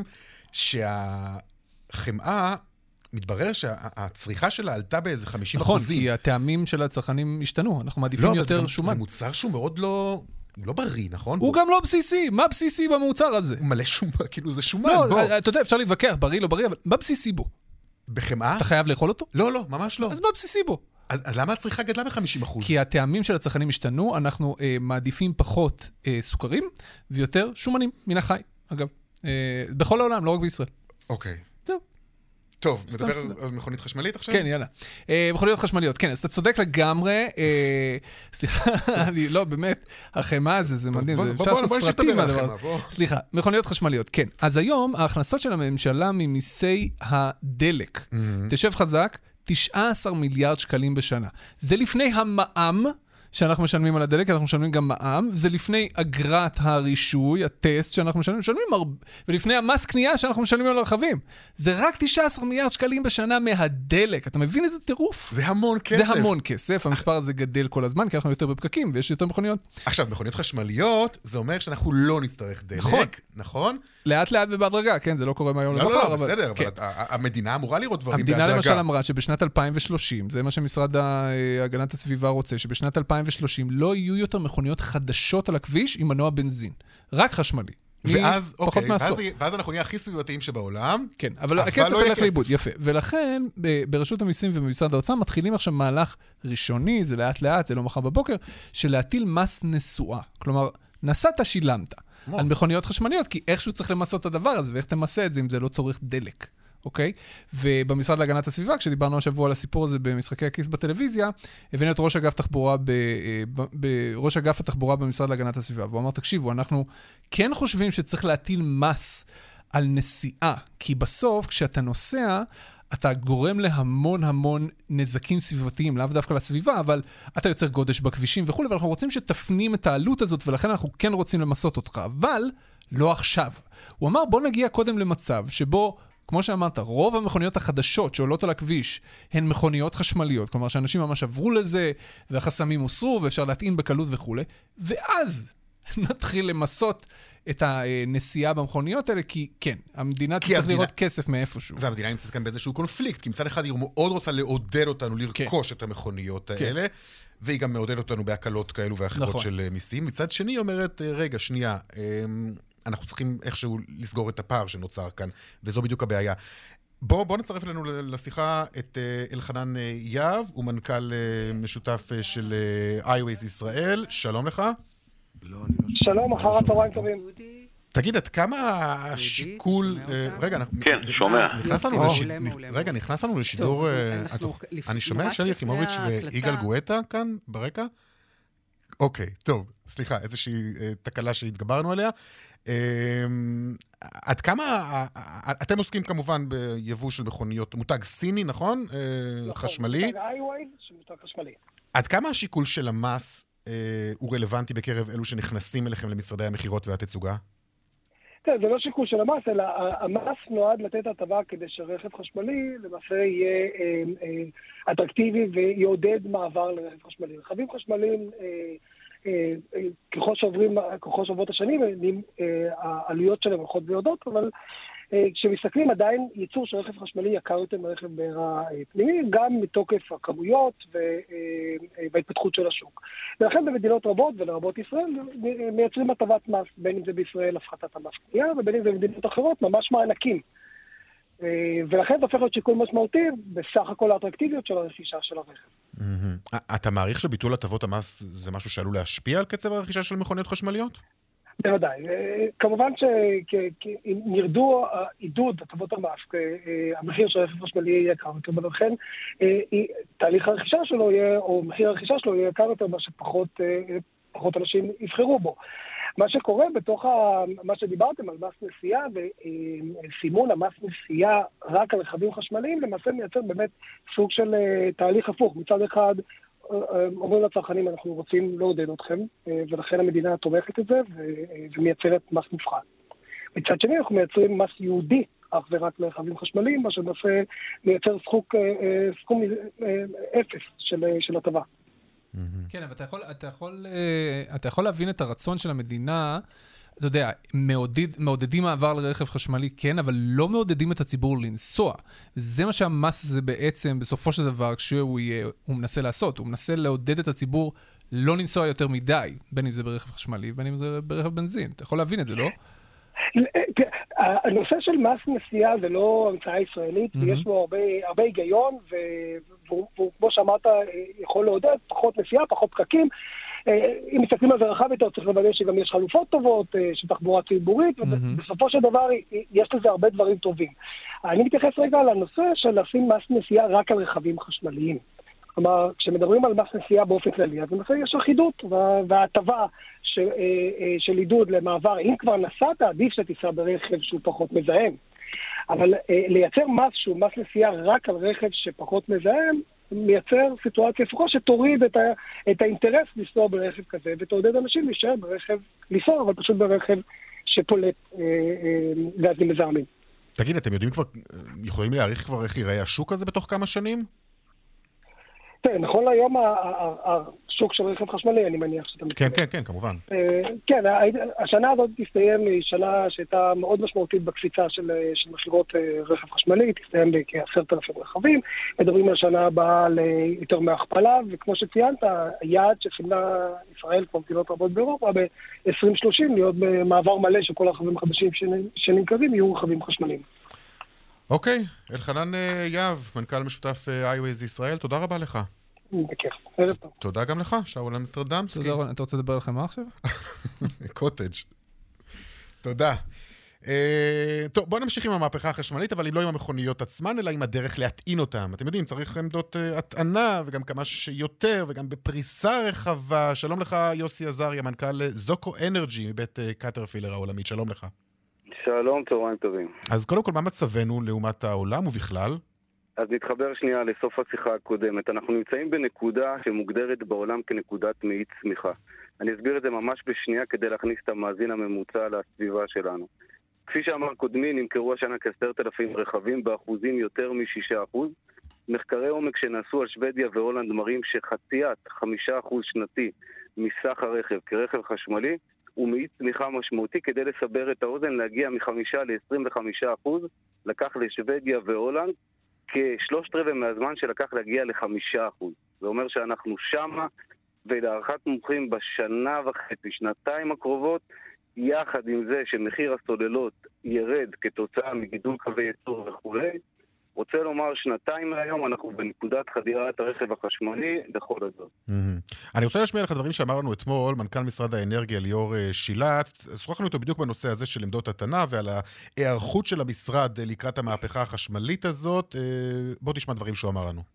שהחמאה מתברר שהצריכה שלה עלתה באיזה חמישים נכון, אחוזים. כי הטעמים של הצרכנים השתנו, אנחנו מעדיפים לא, יותר זה שומן. זה מוצר שהוא מאוד לא, לא בריא, נכון? הוא בוא. גם לא בסיסי, מה בסיסי במוצר הזה? הוא מלא שומן, כאילו זה שומן, לא, בוא. אתה יודע, אפשר להתווכח, בריא לא בריא, אבל מה בסיסי בו? בחמאה? אתה חייב לאכול אותו? לא, לא, ממש לא. אז מה בסיסי בו? אז, אז למה הצריכה גדלה ב-חמישים אחוז? כי הטעמים של הצרכנים השתנו, אנחנו אה, מעדיפים פחות אה, סוכרים, ויותר שומנים, מן החי, אגב. אה, בכל העולם, לא רק בישראל. אוקיי. זהו. טוב, נדבר על מכונית חשמלית עכשיו? כן, יאללה. אה, מכוניות חשמליות, כן, אז אתה צודק לגמרי. אה, סליחה, אני, לא, באמת, החמאה הזה, זה מדהים, זה אפשר לעשות סרטים מהדבר. סליחה, מכוניות חשמליות, כן. אז היום, ההכנסות של הממשלה ממיסי הדלק, תשב חזק, תשעה עשר מיליארד שקלים בשנה. זה לפני המע"מ שאנחנו משלמים על הדלק, אנחנו משלמים גם מע"מ, זה לפני אגרת הרישוי, הטסט שאנחנו משלמים, משלמים הרבה, ולפני המס קנייה שאנחנו משלמים על הרכבים. זה רק תשעה עשר מיליארד שקלים בשנה מהדלק. אתה מבין איזה טירוף? זה המון כסף. זה המון כסף, המספר הזה גדל כל הזמן, כי אנחנו יותר בפקקים ויש יותר מכוניות. עכשיו, מכוניות חשמליות, זה אומר שאנחנו לא נצטרך דלק, נכון? נכון? לאט לאט ובהדרגה, כן, זה לא קורה מהיום למחר. לא, לא, אבל, בסדר, כן. אבל המדינה אמורה לראות דברים בהדרגה. המדינה למשל אמרה שבשנת אלפיים ושלושים, זה מה שמשרד הגנת הסביבה רוצה, שבשנת אלפיים ושלושים לא יהיו יותר מכוניות חדשות על הכביש עם מנוע בנזין, רק חשמלי. ואז, אוקיי, ואז, ואז אנחנו נהיה הכי סביבתיים שבעולם. כן, אבל, אבל הכסף הולך לאיבוד, יפה. ולכן, ברשות המיסים ובמשרד האוצר מתחילים עכשיו מהלך ראשוני, זה לאט לאט, זה לא מחר בבוקר, של להטיל מס נסועה. כלומר, נסעת, שילמת. על מכוניות חשמליות, כי איכשהו צריך למסות את הדבר הזה, ואיך תמסה את זה אם זה לא צורך דלק. אוקיי? ובמשרד להגנת הסביבה, כשדיברנו השבוע על הסיפור הזה במשחקי הכיס בטלוויזיה, הבאנו את ראש אגף תחבורה, ב, ב, בראש אגף התחבורה במשרד להגנת הסביבה, והוא אמר, תקשיבו, אנחנו כן חושבים שצריך להטיל מס על נסיעה, כי בסוף, כשאתה נוסע, אתה גורם להמון המון נזקים סביבתיים, לאו דווקא לסביבה, אבל אתה יוצר גודש בכבישים וכו', ואנחנו רוצים שתפנים את העלות הזאת, ולכן אנחנו כן רוצים למסות אותך, אבל לא עכשיו. הוא אמר, בוא נגיע קודם למצב שבו כמו שאמרת, רוב המכוניות החדשות שעולות על הכביש הן מכוניות חשמליות, כלומר שאנשים ממש עברו לזה, והחסמים הוסרו, ואפשר להטעין בקלות וכו', ואז נתחיל למסות את הנסיעה במכוניות האלה, כי כן, המדינה צריך המדינה... לראות כסף מאיפשהו. והמדינה נמצאת כאן באיזשהו קונפליקט, כי מצד אחד היא מאוד רוצה לעודד אותנו לרכוש כן. את המכוניות האלה, כן. והיא גם מעודדת אותנו בהקלות כאלו ואחרות נכון. של מיסים. מצד שני היא אומרת, רגע, שנייה, אנחנו צריכים איכשהו לסגור את הפער שנוצר כאן, וזו בדיוק הבעיה. בוא, בוא נצרף אלינו לשיחה את אלחנן יהב, הוא מנכ"ל משותף של iWays ישראל. שלום לך. שלום, אחר הצהריים טובים. תגיד, עד כמה השיקול... רגע, כן, שומע. רגע, נכנס לנו לשידור... אני שומע שלי יחימוביץ' ויגאל גואטה כאן ברקע? אוקיי, טוב, סליחה, איזושהי תקלה שהתגברנו עליה. עד כמה... אתם עוסקים כמובן ביבוא של מכוניות, מותג סיני, נכון? חשמלי. מותג iWays, מותג חשמלי. עד כמה השיקול של המס הוא רלוונטי בקרב אלו שנכנסים אליכם למשרדי המחירות והתצוגה? כן, זה לא שיקול של המס, אלא המס נועד לתת הטבה כדי שרכב חשמלי למעשה יהיה אטרקטיבי ויעודד מעבר לרכב חשמלי. רכבים חשמליים, ככל שעוברים, ככל שעוברות השנים, העלויות שלהם הולכות ויורדות, אבל כשמסתכלים עדיין ייצור של רכב חשמלי יקר יותר מרכב בעירה פנימי, גם מתוקף הכמויות וההתפתחות של השוק. ולכן במדינות רבות, ולרבות ישראל, מייצרים הטבת מס, בין אם זה בישראל הפחתת המס קנייה, ובין אם זה במדינות אחרות, ממש מענקים. ולכן זה הופך להיות שיקול משמעותי בסך הכל האטרקטיביות של הרכישה של הרכב. אתה מעריך שביטול הטבות המס זה משהו שעלול להשפיע על קצב הרכישה של מכוניות חשמליות? בוודאי. כמובן שאם ירדו עידוד הטבות המס, המחיר של רכב חשמלי יהיה יקר יותר, ולכן תהליך הרכישה שלו יהיה, או מחיר הרכישה שלו יהיה יקר יותר, מה שפחות פחות אנשים יבחרו בו. מה שקורה בתוך מה שדיברתם על מס נסיעה וסימון המס נסיעה רק על רכבים חשמליים, למעשה מייצר באמת סוג של תהליך הפוך. מצד אחד, אומרים לצרכנים, אנחנו רוצים לעודד אתכם, ולכן המדינה תומכת את זה, ומייצרת מס מופחת. מצד שני, אנחנו מייצרים מס יהודי, אך ורק לרכבים חשמליים, מה שלמעשה מייצר סכום אפס של הטבה. כן, אבל אתה יכול, אתה יכול, אתה יכול להבין את הרצון של המדינה, אתה יודע, מעודד, מעודדים מעבר לרכב חשמלי, כן, אבל לא מעודדים את הציבור לנסוע. זה מה שהמס הזה בעצם, בסופו של דבר, כשהוא יהיה, הוא מנסה לעשות, הוא מנסה לעודד את הציבור לא לנסוע יותר מדי, בין אם זה ברכב חשמלי, בין אם זה ברכב בנזין. אתה יכול להבין את זה, לא? הנושא של מס נסיעה זה לא המצאה ישראלית, ויש בו הרבה, הרבה היגיון, והוא, כמו שאמרת, יכול לעודד פחות נסיעה, פחות פקקים. אם מסתכלים על זה רחב יותר, צריך לוודא שגם יש חלופות טובות, של תחבורה ציבורית, ובסופו של דבר יש לזה הרבה דברים טובים. אני מתייחס רגע לנושא של לשים מס נסיעה רק על רכבים חשמליים. כלומר, כשמדברים על מס נסיעה באופן כללי, אז למעשה יש אחידות וההטבה של עידוד למעבר. אם כבר נסעת, עדיף שתיסע ברכב שהוא פחות מזהם. אבל לייצר מס שהוא מס נסיעה רק על רכב שפחות מזהם, מייצר סיטואציה הפוכה שתוריד את, ה, את האינטרס לנסוע ברכב כזה, ותעודד אנשים להישאר ברכב, לנסוע, אבל פשוט ברכב שפולט אה, אה, גזים מזהמים. תגיד, אתם יודעים כבר, יכולים להעריך כבר איך ייראה השוק הזה בתוך כמה שנים? כן, נכון להיום השוק של רכב חשמלי, אני מניח שאתה מתכוון. כן, כן, כן, כמובן. כן, השנה הזאת תסתיים, היא שנה שהייתה מאוד משמעותית בקפיצה של מחירות רכב חשמלי, תסתיים בכ-עשרת אלפים רכבים, מדברים על שנה הבאה ליותר מהכפלה, וכמו שציינת, היעד שסימנה ישראל, כמו מדינות רבות באירופה, ב-עשרים שלושים, להיות במעבר מלא של כל הרכבים החדשים שנמכרים, יהיו רכבים חשמליים. אוקיי, אלחנן יהב, מנכ"ל משותף iWays ישראל, תודה רבה לך. בכיף, ערב טוב. תודה גם לך, שאול אמסטרדמסקי. תודה רבה, אתה רוצה לדבר לכם מה עכשיו? קוטג'. תודה. טוב, בואו נמשיך עם המהפכה החשמלית, אבל לא עם המכוניות עצמן, אלא עם הדרך להטעין אותם. אתם יודעים, צריך עמדות הטענה, וגם כמה שיותר, וגם בפריסה רחבה. שלום לך, יוסי עזריה, מנכ"ל זוקו אנרג'י, מבית קטרפילר העולמית. שלום לך. שלום, צהריים טובים. אז קודם כל, מה מצבנו לעומת העולם ובכלל? אז נתחבר שנייה לסוף השיחה הקודמת. אנחנו נמצאים בנקודה שמוגדרת בעולם כנקודת מאיץ צמיחה. אני אסביר את זה ממש בשנייה כדי להכניס את המאזין הממוצע לסביבה שלנו. כפי שאמר קודמי, נמכרו השנה כעשרת אלפים רכבים באחוזים יותר מ-שישה אחוז. מחקרי עומק שנעשו על שוודיה והולנד מראים שחציית חמישה אחוז שנתי מסך הרכב כרכב חשמלי ומאיץ צמיחה משמעותי. כדי לסבר את האוזן, להגיע מחמישה ל-עשרים וחמישה אחוז, לקח לשוודיה והולנד, כשלושת רבעי מהזמן שלקח להגיע לחמישה אחוז. זה אומר שאנחנו שמה, ולהערכת מומחים בשנה וחצי, שנתיים הקרובות, יחד עם זה שמחיר הסוללות ירד כתוצאה מגידול קווי ייצור וכו'. רוצה לומר, שנתיים מהיום אנחנו בנקודת חדירת הרכב החשמלי לכל הזאת. אני רוצה להשמיע לך דברים שאמר לנו אתמול מנכ"ל משרד האנרגיה ליאור שילת. שוחחנו איתו בדיוק בנושא הזה של עמדות התנה ועל ההיערכות של המשרד לקראת המהפכה החשמלית הזאת. בוא תשמע דברים שהוא אמר לנו.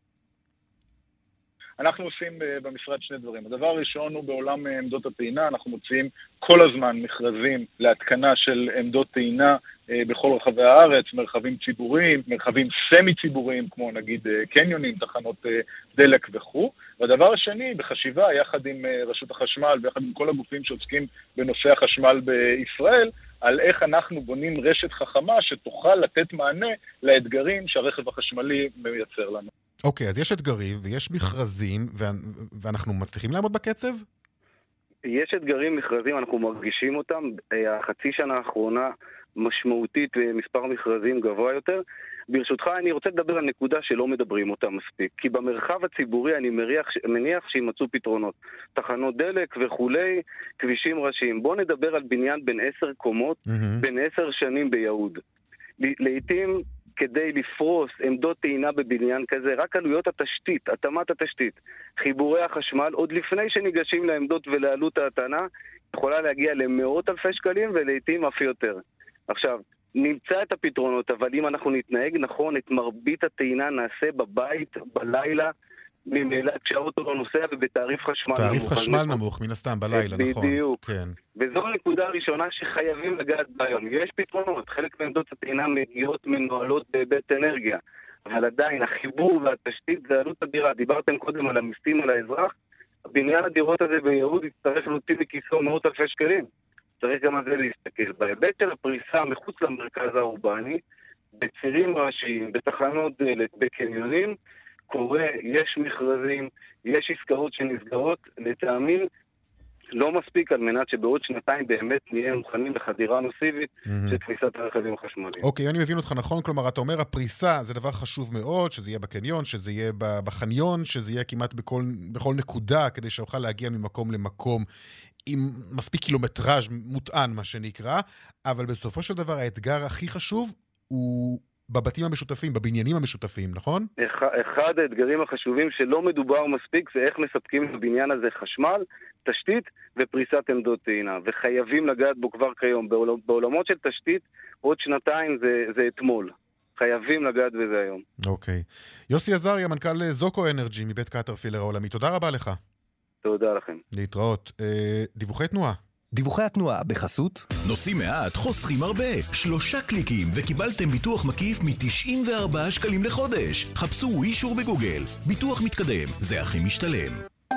אנחנו עושים במשרד שני דברים. הדבר הראשון הוא בעולם עמדות הטעינה, אנחנו מוציאים כל הזמן מכרזים להתקנה של עמדות טעינה בכל רחבי הארץ, מרחבים ציבוריים, מרחבים סמי ציבוריים, כמו נגיד קניונים, תחנות דלק וכו'. והדבר השני, בחשיבה יחד עם רשות החשמל ויחד עם כל הגופים שעוסקים בנושא החשמל בישראל, על איך אנחנו בונים רשת חכמה שתוכל לתת מענה לאתגרים שהרכב החשמלי מייצר לנו. אוקיי, אז יש אתגרים ויש מכרזים, ואנחנו מצליחים לעמוד בקצב? יש אתגרים, מכרזים, אנחנו מרגישים אותם. החצי שנה האחרונה משמעותית במספר מכרזים גבוה יותר. ברשותך, אני רוצה לדבר על נקודה שלא מדברים אותה מספיק. כי במרחב הציבורי אני מניח, מניח שימצאו פתרונות. תחנות דלק וכולי, כבישים ראשיים. בואו נדבר על בניין בין עשר קומות, mm-hmm. בין עשר שנים ביהוד. לעתים כדי לפרוס עמדות טעינה בבניין כזה, רק עלויות התשתית, התאמת התשתית, חיבורי החשמל, עוד לפני שניגשים לעמדות ולעלות ההטענה, יכולה להגיע למאות אלפי שקלים ולעתים אף יותר. עכשיו, נמצא את הפתרונות, אבל אם אנחנו נתנהג נכון, את מרבית הטעינה נעשה בבית, בלילה, ממילא כשהאוטו לא נוסע ובתעריף חשמל נמוך. תעריף חשמל נמוך, מן הסתם, בלילה, נכון. בדיוק. כן. וזו הנקודה הראשונה שחייבים לגעת ביום. יש פתרונות, חלק מעמדות הטעינה מגיעות מנוהלות בבית אנרגיה, אבל עדיין החיבור והתשתית זה עלות הדירה. דיברתם קודם על המיסים על האזרח, בניין הדירות הזה ביהוד יצטרך להוציא מכיסו מאות אלפי שקלים. צריך גם על זה להסתכל. בהיבט של הפריסה מחוץ למרכז האורבני, בצירים ראשיים, בתחנות דלק, בקניונים, קורה, יש מכרזים, יש עסקאות שנסגרות, לטעמים לא מספיק על מנת שבעוד שנתיים באמת נהיה מוכנים לחדירה נוסיבית של כניסת הרכבים החשמליים. אוקיי, אני מבין אותך נכון, כלומר, אתה אומר, הפריסה זה דבר חשוב מאוד, שזה יהיה בקניון, שזה יהיה בחניון, שזה יהיה כמעט בכל, בכל נקודה, כדי שאוכל להגיע ממקום למקום עם מספיק קילומטראז' מוטען, מה שנקרא, אבל בסופו של דבר האתגר הכי חשוב הוא בבתים המשותפים, בבניינים המשותפים, נכון? אחד האתגרים החשובים שלא מדובר מספיק זה איך מספקים לבניין הזה חשמל, תשתית ופריסת עמדות טעינה, וחייבים לגעת בו כבר כיום. בעולמות של תשתית, עוד שנתיים זה, זה אתמול. חייבים לגעת בזה היום. אוקיי. יוסי עזריה, מנכ"ל זוקו אנרג'י מבית קטרפילר העולמי. תודה רבה לך. תודה לכם. להתראות. דיווחי תנועה. דיווחי התנועה בחסות נוסעים מעט, חוסכים הרבה. שלושה קליקים וקיבלתם ביטוח מקיף מ-תשעים וארבעה שקלים לחודש. חפשו אישור בגוגל. ביטוח מתקדם, זה הכי משתלם.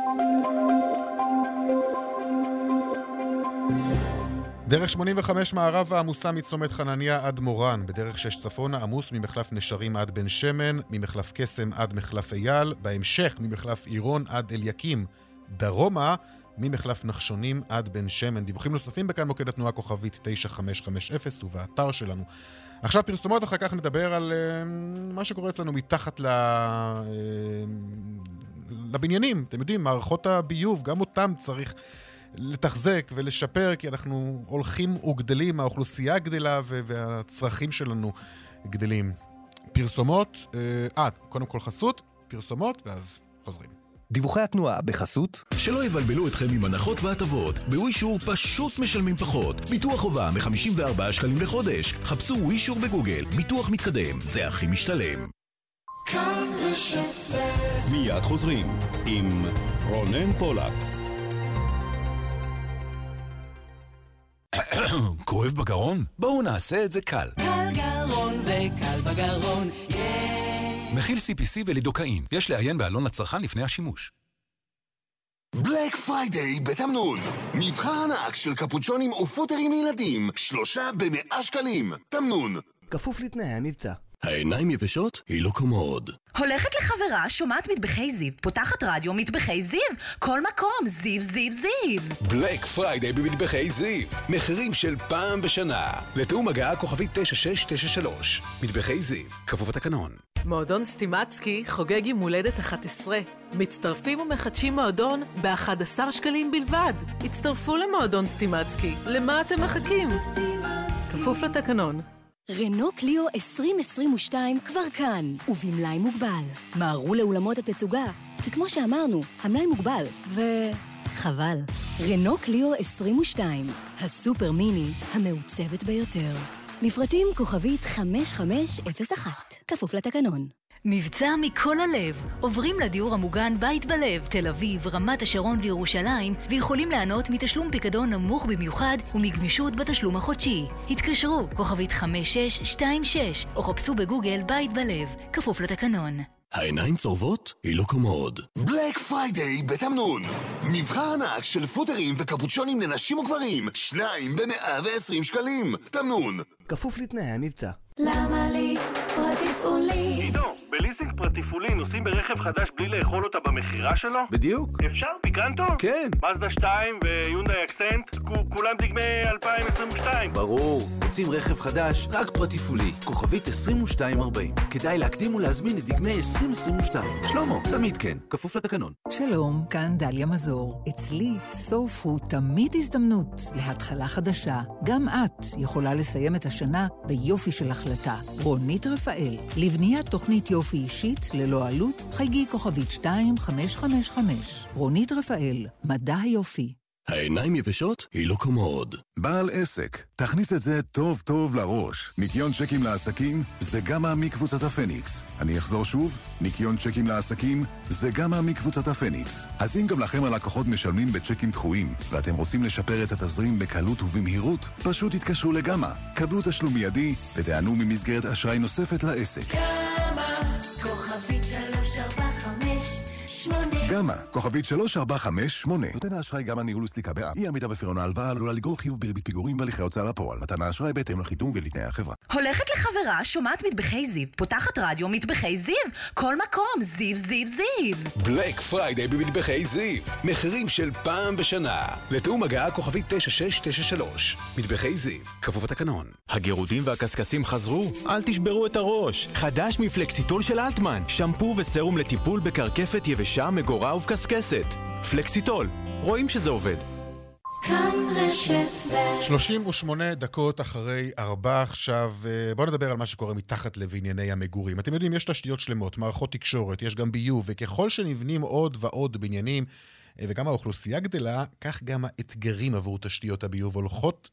דרך שמונים וחמש מערבה עמוסה מצומת חנניה עד מורן, בדרך שש צפונה עמוס ממחלף נשרים עד בן שמן, ממחלף קסם עד מחלף אייל, בהמשך ממחלף עירון עד אליקים, דרומה ממחלף נחשונים עד בן שמן. דיווחים נוספים בכאן מוקד התנועה כוכבית תשע חמש חמש אפס ובאתר שלנו. עכשיו פרסומות, אחר כך נדבר על uh, מה שקורה אצלנו מתחת ל... uh, לבניינים. אתם יודעים, מערכות הביוב, גם אותם צריך לתחזק ולשפר, כי אנחנו הולכים וגדלים, האוכלוסייה גדלה והצרכים שלנו גדלים. פרסומות, אה, קודם כל חסות, פרסומות, ואז חוזרים. דיווחי התנועה בחסות שלא יבלבלו אתכם עם הנחות והטבות. בווישור פשוט משלמים פחות. ביטוח חובה מ-חמישים וארבעה שקלים לחודש. חפשו ווישור בגוגל. ביטוח מתקדם, זה הכי משתלם. מיד חוזרים עם רונן פולק. כואב בגרון? בואו נעשה את זה קל. קל גרון וקל בגרון, יא! מכיל סי פי סי ולידוקאין. יש לעיין בעלון לצרכן לפני השימוש. בלק פריידיי בתמנון. מבחר ענק של קפוצ'ונים ופוטרים לילדים. שלושה במאה שקלים. תמנון. כפוף לתנאי המבצע. העיניים יבשות? היא לא קומוד. הולכת לחברה, שומעת מטבחי זיו, פותחת רדיו מטבחי זיו, כל מקום, זיו, זיו, זיו. בלק פריידיי במטבחי זיו, מחירים של פעם בשנה. לתאום הגעה כוכבית תשע שש תשע שלוש. מטבחי זיו, כפוף התקנון. מועדון סטימצקי חוגג עם הולדת אחת עשרה. מצטרפים ומחדשים מועדון ב-אחד עשר שקלים בלבד. הצטרפו למועדון סטימצקי. למה אתם מחכים? כפוף לתקנון. רנו קליו עשרים עשרים ושתיים כבר כאן, ובמלאי מוגבל. מהרו לאולמות התצוגה, כי כמו שאמרנו, המלאי מוגבל, ו... חבל. רנו קליו עשרים ושתיים, הסופר מיני המעוצבת ביותר. לפרטים כוכבית חמש חמש אפס אחת, כפוף לתקנון. מבצע מכל הלב. עוברים לדיור המוגן בית בלב, תל אביב, רמת השרון וירושלים, ויכולים לענות מתשלום פיקדון נמוך במיוחד ומגמישות בתשלום החודשי. התקשרו, כוכבית חמש שש שתיים שש, או חפשו בגוגל בית בלב, כפוף לתקנון. העיניים צורבות? היא לא קומוד. בלק פריידיי בתמנון. מבחר ענק של פוטרים וקפוצ'ונים לנשים וגברים. שניים ב-מאה ועשרים שקלים. תמנון. כפוף לתנאי המבצע. למה לי פרטיפולי? עידו, בליסינג פרטיפולי נוסעים ברכב חדש בלי לאכול אותה במחירה שלו? בדיוק. אפשר? פיקנטו? כן. מזדה שתיים ויונדאי אקסנט? כולם דגמי אלפיים עשרים ושתיים. ברור. רוצים רכב חדש? רק פרטיפולי. כוכבית עשרים ושתיים ארבעים. כדאי להקדים ולהזמין את דגמי עשרים עשרים ושתיים. שלמה, תמיד כן. כפוף לתקנון. שלום, כאן דליה מזור. אצלי, סוף הוא תמיד הזדמנות להתחלה חדשה. גם את יכולה לסיים את השנה ביופי של החלטה. רונית רפאל, לבניית תוכנית יופי אישית ללא עלות, חייגי כוכבית שתיים חמש חמש חמש. רונית רפאל, מדע היופי. העיניים יבשות? היא לא קומוד. בעל עסק, תכניס את זה טוב טוב לראש. ניקיון צ'קים לעסקים זה גם מקבוצת הפניקס. אני אחזור שוב, ניקיון צ'קים לעסקים זה גם מקבוצת הפניקס. אז אם גם לכם הלקוחות משלמים בצ'קים דחויים, ואתם רוצים לשפר את התזרים בקלות ובמהירות, פשוט תתקשרו לגמה. קבלו תשלום מיידי ותענו ממסגרת אשראי נוספת לעסק. גמה, כוכבית שלוש ארבע חמש שמונה. גמה, כוכבית שלוש ארבע חמש שמונה. נותן האשראי גמה ניהול וסליקה בע"מ. אי עמידה בפירעון ההלוואה עלולה לגרור חיוב בריבית פיגורים והליכי הוצאה לפועל. מתן האשראי בהתאם לחיתום ולתנאי החברה. הולכת לחברה, שומעת מטבחי זיו, פותחת רדיו מטבחי זיו, כל מקום, זיו, זיו, זיו. בלק פריידיי במטבחי זיו, מחירים של פעם בשנה. לתאום הגעה כוכבית תשע שש תשע שלוש. מטבחי זיו, כפוף התקנון. הגירודים והקסקסים חזרו? אל תשברו את הראש. חדש מפלקסיטול של אלטמן, שמפו וסרום לטיפול בקרקפת יבשה, מגורה ובקסקסת. פלקסיטול, רואים שזה עובד. כאן רשת ב' שלושים ושמונה דקות אחרי ארבע. עכשיו בואו נדבר על מה שקורה מתחת לבנייני המגורים. אתם יודעים, יש תשתיות שלמות, מערכות תקשורת, יש גם ביוב, וככל שנבנים עוד ועוד בניינים וגם האוכלוסייה גדלה, כך גם האתגרים עבור תשתיות הביוב הולכות,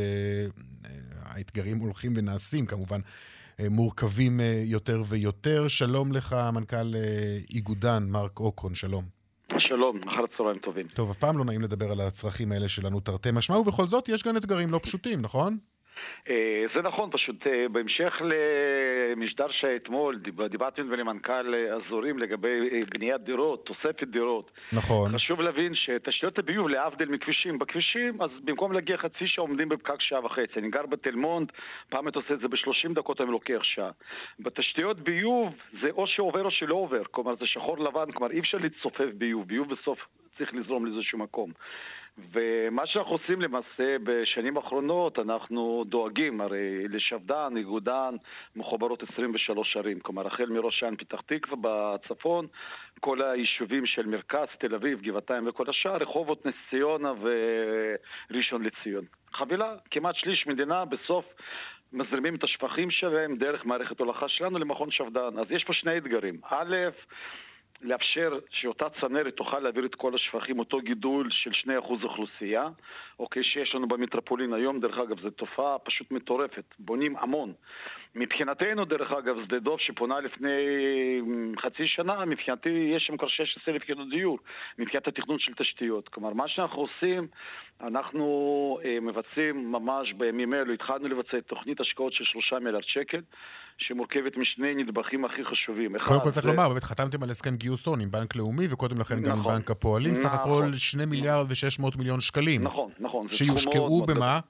והאתגרים הולכים ונעשים כמובן מורכבים יותר ויותר. שלום לך, מנכ"ל איגודן, מרק אוקון, שלום. שלום, אחר הצהריים טובים. טוב, אף פעם לא נעים לדבר על הצרכים האלה שלנו תרתי משמע, ובכל זאת יש גם אתגרים לא פשוטים, נכון? זה נכון, פשוט בהמשך למשדר שאתמול דיברתי ולמנכ"ל אזורים לגבי בניית דירות, תוספת דירות. נכון. חשוב להבין שתשתיות הביוב להבדיל מכבישים, בכבישים, אז במקום להגיע חצי שעה עומדים בפקק שעה וחצי. אני גר בתל מונד, פעם אתה עושה את זה ב-שלושים דקות, אני לוקח שעה. בתשתיות ביוב זה או שעובר או שלא עובר, כלומר זה שחור לבן, כלומר אי אפשר לצופף ביוב, ביוב בסוף צריך לזרום לאיזשהו מקום. ומה שאנחנו עושים למעשה בשנים האחרונות, אנחנו דואגים, הרי לשפדן, איגודן, מחוברות עשרים ושלוש ערים, כלומר החל מראש העין פתח תקווה בצפון, כל היישובים של מרכז, תל אביב, גבעתיים וכל השאר, רחובות, נס ציונה וראשון לציון. חבילה, כמעט שליש מדינה, בסוף מזרימים את השפכים שלהם דרך מערכת הולכה שלנו למכון שפדן. אז יש פה שני אתגרים. א', לאפשר שאותה צנרת תוכל להעביר את כל השפכים, אותו גידול של שני אחוז אוכלוסייה, אוקיי, שיש לנו במטרופולין היום, דרך אגב, זו תופעה פשוט מטורפת, בונים המון. מבחינתנו, דרך אגב, שדה דוב שפונה לפני חצי שנה, מבחינתי יש שם כבר שש עשרה אלף יחידות דיור, מבחינת התכנון של תשתיות. כלומר, מה שאנחנו עושים, אנחנו אה, מבצעים ממש בימים אלו, התחלנו לבצע תוכנית השקעות של שלושה מיליארד שקל, שמורכבת משני נדבכים הכי חשובים. קודם כל צריך לומר, באמת חתמתם על הסכם גיוס הון עם בנק לאומי, וקודם לכן גם עם בנק הפועלים, סך הכל שני מיליארד ושש מאות מיליון שקלים. נכון, נכון. שיושקעו במה?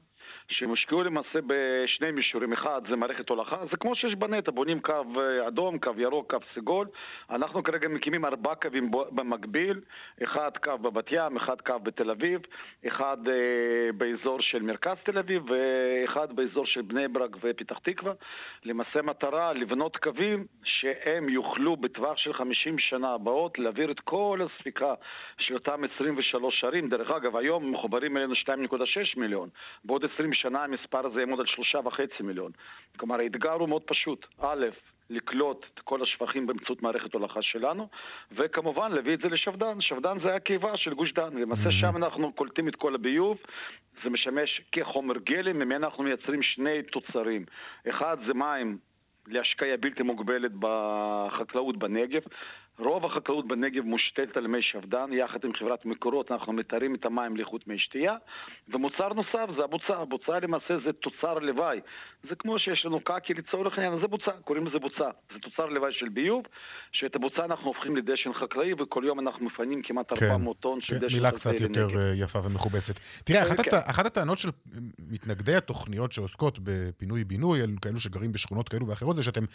שהם הושקעו למעשה בשני מישורים. אחד זה מערכת הולכה, זה כמו שיש בנטע, בונים קו אדום, קו ירוק, קו סגול. אנחנו כרגע מקימים ארבע קווים במקביל, אחד קו בבת ים, אחד קו בתל אביב, אחד אה, באזור של מרכז תל אביב ואחד באזור של בני ברק ופתח תקווה. למעשה מטרה לבנות קווים שהם יוכלו בטווח של חמישים שנה הבאות להעביר את כל הספיקה של אותם עשרים ושלוש ערים. דרך אגב, היום מחוברים אלינו שתיים נקודה שש מיליון. בעוד עשרים שנה המספר הזה יעמוד על שלושה וחצי מיליון. כלומר, האתגר הוא מאוד פשוט. א', לקלוט את כל השפכים באמצעות מערכת הולכה שלנו, וכמובן להביא את זה לשפדן. שפדן זה הקיבה של גוש דן. למעשה שם אנחנו קולטים את כל הביוב, זה משמש כחומר גלם, ממנו אנחנו מייצרים שני תוצרים. אחד זה מים להשקיה בלתי מוגבלת בחקלאות בנגב. רוב החקלאות בנגב מושתת על מי שפדן, יחד עם חברת מקורות אנחנו מתארים את המים לאיכות מי שתייה, ומוצר נוסף זה הבוצה. הבוצה למעשה זה תוצר לוואי. זה כמו שיש לנו קקי לצורך העניין, זה בוצה, קוראים לזה בוצה. זה תוצר לוואי של ביוב, שאת הבוצה אנחנו הופכים לדשן חקלאי, וכל יום אנחנו מפנים כמעט ארבע מאות טון של דשן חקלאי לנגב. מילה קצת יותר יפה ומכובסת. תראה, אחת הטענות של מתנגדי התוכניות שעוסקות בפינוי-בינוי, כאלו שגרים בשכונות כאלו ואחרות, זה שאתם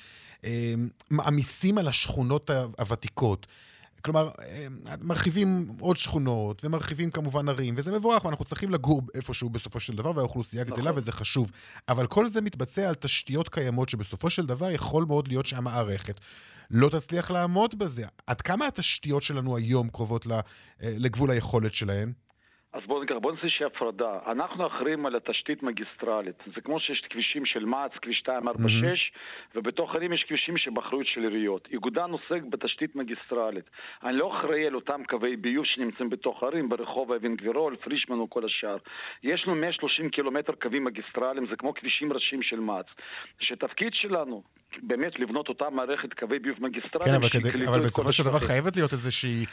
מעמיסים על השכונות הוותיקות. כלומר, מרחיבים עוד שכונות, ומרחיבים כמובן ערים, וזה מבורך, ואנחנו צריכים לגור איפשהו בסופו של דבר, והאוכלוסייה גדלה, וזה חשוב. אבל כל זה מתבצע על תשתיות קיימות, שבסופו של דבר יכול מאוד להיות שהמערכת לא תצליח לעמוד בזה. עד כמה התשתיות שלנו היום קרובות לגבול היכולת שלהן? אז בואו נקרא, בואו נעשה שהפרדה. אנחנו אחרים על התשתית מגיסטרלית. זה כמו שיש כבישים של מעץ, כביש שתיים ארבע שש, ובתוך ערים יש כבישים שבאחריות של עיריות. איגודן עוסק בתשתית מגיסטרלית. אני לא אחראי על אותם קווי ביוב שנמצאים בתוך ערים, ברחוב אבן גבירול, פרישמן וכל השאר. יש לנו מאה ושלושים קילומטר קווים מגיסטרליים, זה כמו כבישים ראשיים של מעץ. שתפקיד שלנו באמת לבנות אותה מערכת קווי ביוב מגיסטרליים. כן, אבל, כדי, אבל בסופו של דבר חייבת להיות איזושהי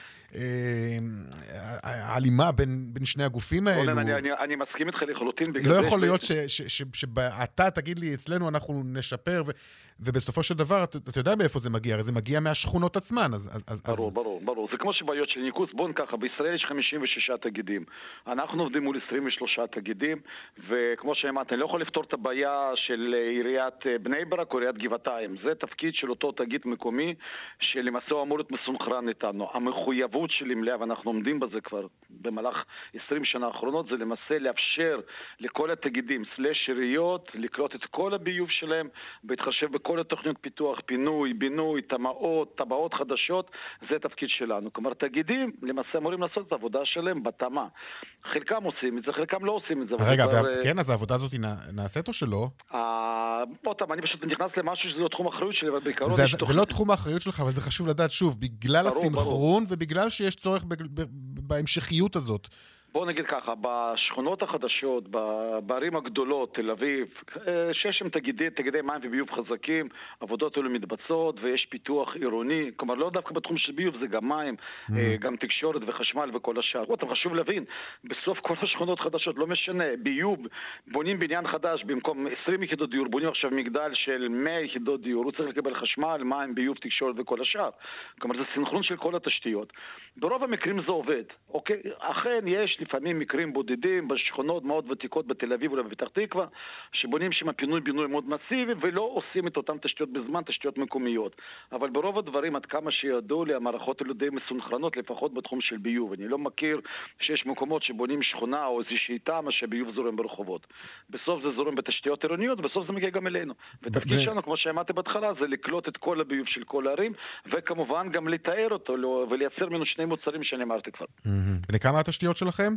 עלימה אה, בין, בין שני הגופים האלו. אני, אני, אני מסכים איתך לחלוטין. לא יכול להיות שאתה תגיד לי, אצלנו אנחנו נשפר, ו, ובסופו של דבר, אתה, אתה יודע מאיפה זה מגיע, הרי זה מגיע מהשכונות עצמן. אז, אז, ברור, אז... ברור, ברור. זה כמו שבעיות של ניקוז, בואו נקחה, בישראל יש חמישים ושישה תאגידים. אנחנו עובדים מול עשרים ושלושה תאגידים, וכמו שאמרתי, אני לא יכול לפתור את הבעיה של עיריית בני ברק או עיריית גבעתיים. זה תפקיד של אותו תאגיד מקומי, שלמעשה הוא אמור להיות מסונכרן איתנו. המחויבות שלי מלאה, ואנחנו עומדים בזה כבר במהלך עשרים שנה האחרונות, זה למעשה לאפשר לכל התאגידים, סלש עיריות, לקלוט את כל הביוב שלהם, בהתחשב בכל התוכניות פיתוח, פינוי, בינוי, תמ"אות, טבעות חדשות, זה התפקיד שלנו. כלומר, תאגידים למעשה אמורים לעשות את העבודה שלהם בתמה. חלקם עושים את זה, חלקם לא עושים את זה. רגע, כן, אז העבודה הזאת נעשית או שלא? אותם, אני פשוט נכנס למשהו שזה לא תחום האחריות שלי, אבל בעיקרון זה, זה לא תחום האחריות שלך, אבל זה חשוב לדעת שוב, בגלל ברור, הסינכרון ברור. ובגלל שיש צורך ב, ב, ב, בהמשכיות הזאת. בואו נגיד ככה, בשכונות החדשות, בערים הגדולות, תל אביב, שיש שם תגידי, תגידי מים וביוב חזקים, עבודות האלו מתבצעות ויש פיתוח עירוני, כלומר לא דווקא בתחום של ביוב, זה גם מים, mm. גם תקשורת וחשמל וכל השאר. אבל חשוב להבין, בסוף כל השכונות חדשות, לא משנה, ביוב, בונים בניין חדש, במקום עשרים יחידות דיור, בונים עכשיו מגדל של מאה יחידות דיור, הוא צריך לקבל חשמל, מים, ביוב, תקשורת וכל השאר. כלומר זה סינכרון של כל התשתיות. ברוב המקרים זה עובד, אוקיי? אכן יש לפעמים מקרים בודדים בשכונות מאוד ותיקות בתל אביב ובפתח תקווה, שבונים שם פינוי בינוי מאוד מסיבי ולא עושים את אותם תשתיות בזמן, תשתיות מקומיות. אבל ברוב הדברים, עד כמה שידעו לי, המערכות האלו די מסונכרנות, לפחות בתחום של ביוב. אני לא מכיר שיש מקומות שבונים שכונה או איזושהי תמה שביוב זורם ברחובות. בסוף זה זורם בתשתיות עירוניות, ובסוף זה מגיע גם אלינו. ותפקיד שלנו, כמו שאמרתי בהתחלה, זה לקלוט את כל הביוב של כל הערים, וכמובן גם לתאר אותו ולייצר ממנו שני מוצרים שאני אמרתי כבר. בני כמה התשתיות שלכם?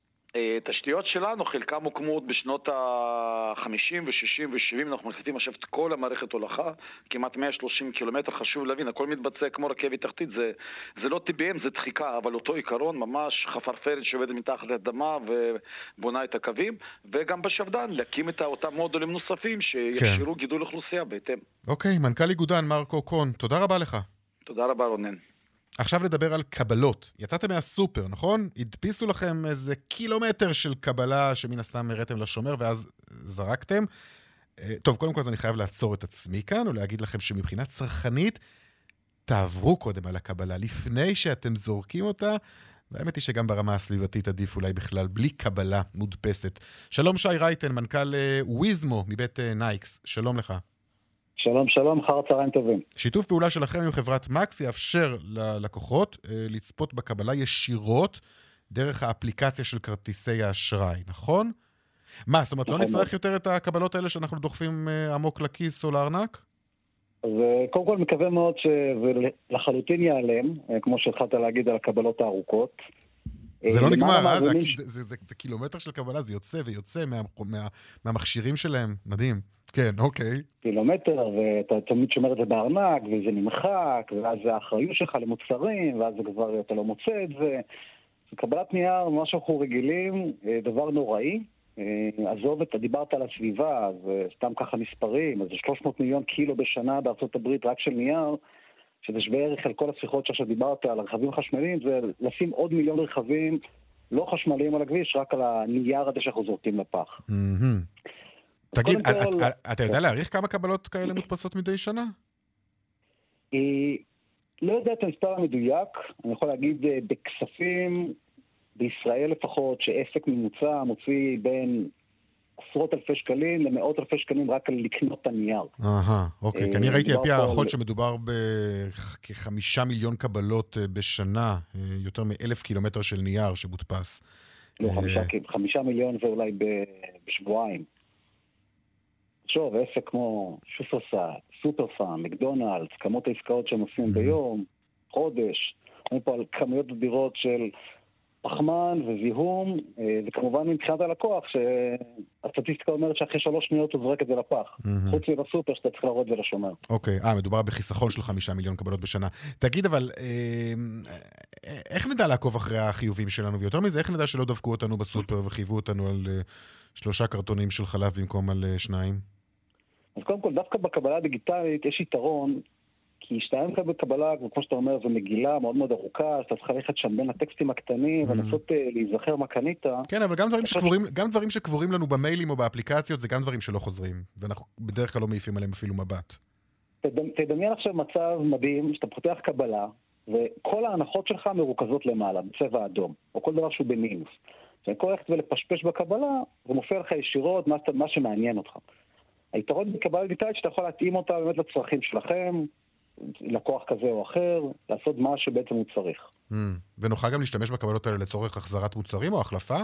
תשתיות שלנו, חלקם הוקמו עוד בשנות ה-חמישים ו-שישים ו-שבעים, אנחנו מחליטים עכשיו את כל המערכת הולכה, כמעט מאה ושלושים קילומטר, חשוב להבין, הכל מתבצע כמו רכבת תחתית, זה, זה לא טי בי אם, זה דחיקה, אבל אותו עיקרון, ממש חפרפרת שעובדת מתחת לאדמה ובונה את הקווים, וגם בשפדן, להקים את אותם מודולים נוספים שישאירו כן. גידול אוכלוסייה בהתאם. אוקיי, מנכ"ל איגודן מרקו קון, תודה רבה לך. תודה רבה רונן. עכשיו לדבר על קבלות. יצאתם מהסופר, נכון? הדפיסו לכם איזה קילומטר של קבלה שמן הסתם הראיתם לשומר ואז זרקתם. טוב, קודם כל אז אני חייב לעצור את עצמי כאן ולהגיד לכם שמבחינת צרכנית תעברו קודם על הקבלה לפני שאתם זורקים אותה האמת היא שגם ברמה הסביבתית עדיף אולי בכלל בלי קבלה מודפסת. שלום שי רייטן, מנכ"ל וויזמו מבית נייקס, שלום לך. שלום, שלום, אחר הצהריים טובים. שיתוף פעולה שלכם עם חברת מקס יאפשר ללקוחות לצפות בקבלה ישירות דרך האפליקציה של כרטיסי האשראי, נכון? מה, זאת אומרת, לא נצטרך יותר את הקבלות האלה שאנחנו דוחפים עמוק לכיס או לארנק? אז קודם כל מקווה מאוד שזה לחלוטין ייעלם, כמו שהתחלת להגיד על הקבלות הארוכות. זה לא נגמר, אה? זה, זה, זה, זה, זה קילומטר של קבלה, זה יוצא ויוצא מה, מה, מהמכשירים שלהם, מדהים. כן, אוקיי. קילומטר, ואתה תמיד שומר את זה בארנק, וזה נמחק, ואז זה האחריות שלך למוצרים, ואז כבר אתה לא מוצא את זה. קבלת נייר, מה שאנחנו רגילים, דבר נוראי. עזוב, אתה דיברת על הסביבה, אז סתם ככה מספרים, אז זה שלוש מאות מיליון קילו בשנה בארצות הברית רק של נייר, שזה שווה ערך על כל השיחות שעכשיו דיברת על רכבים חשמליים, זה לשים עוד מיליון רכבים לא חשמליים על הכביש, רק על הנייר הזה שאנחנו זורקים לפח. תגיד, אתה יודע להעריך כמה קבלות כאלה מודפסות מדי שנה? לא יודע את המספר המדויק, אני יכול להגיד בכספים, בישראל לפחות, שעסק ממוצע מוציא בין עשרות אלפי שקלים למאות אלפי שקלים רק על לקנות את הנייר. אהה, אוקיי. כי אני ראיתי על פי הערכות שמדובר בכחמישה מיליון קבלות בשנה, יותר מאלף קילומטר של נייר שמודפס. לא, חמישה מיליון זה אולי בשבועיים. שוב, עסק כמו שופרסל, סופרפארם, מקדונלדס, כמות העסקאות שהם עושים ביום, חודש, אני פה על כמויות אדירות של פחמן וזיהום, וכמובן מבחינת הלקוח, שהסטטיסטיקה אומרת שאחרי שלוש שניות הוא זורק את זה לפח. חוץ מבסופר שאתה צריך להראות ולשומר. אוקיי, אה, מדובר בחיסכון של חמישה מיליון קבלות בשנה. תגיד, אבל איך נדע לעקוב אחרי החיובים שלנו? ויותר מזה, איך נדע שלא דווקו אותנו בסופר וחייבו אותנו על שלושה קרטונים של חלב במקום על שניים? אז קודם כל, דווקא בקבלה הדיגיטלית יש יתרון, כי שתיים כאן בקבלה, כמו שאתה אומר, זו מגילה מאוד מאוד ארוכה, אתה צריך ללכת שם בין הטקסטים הקטנים, ולנסות להיזכר מה קנית. כן, אבל גם דברים שקבורים, גם דברים שקבורים לנו במיילים או באפליקציות, זה גם דברים שלא חוזרים, ואנחנו בדרך כלל לא מעיפים עליהם אפילו מבט. תדמיין עכשיו מצב מדהים, שאתה פותח קבלה, וכל ההנחות שלך מרוכזות למעלה, בצבע אדום, או כל דבר שהוא במינוס. זה כל ללכת ולפשפש בקבלה, ומופיע לך ישירות מה, מה שמעניין אותך. היתרון בקבלה דיגיטלית שאתה יכול להתאים אותה באמת לצרכים שלכם, לקוח כזה או אחר, לעשות מה שבעצם הוא צריך. Mm. ונוכל גם להשתמש בקבלות האלה לצורך החזרת מוצרים או החלפה?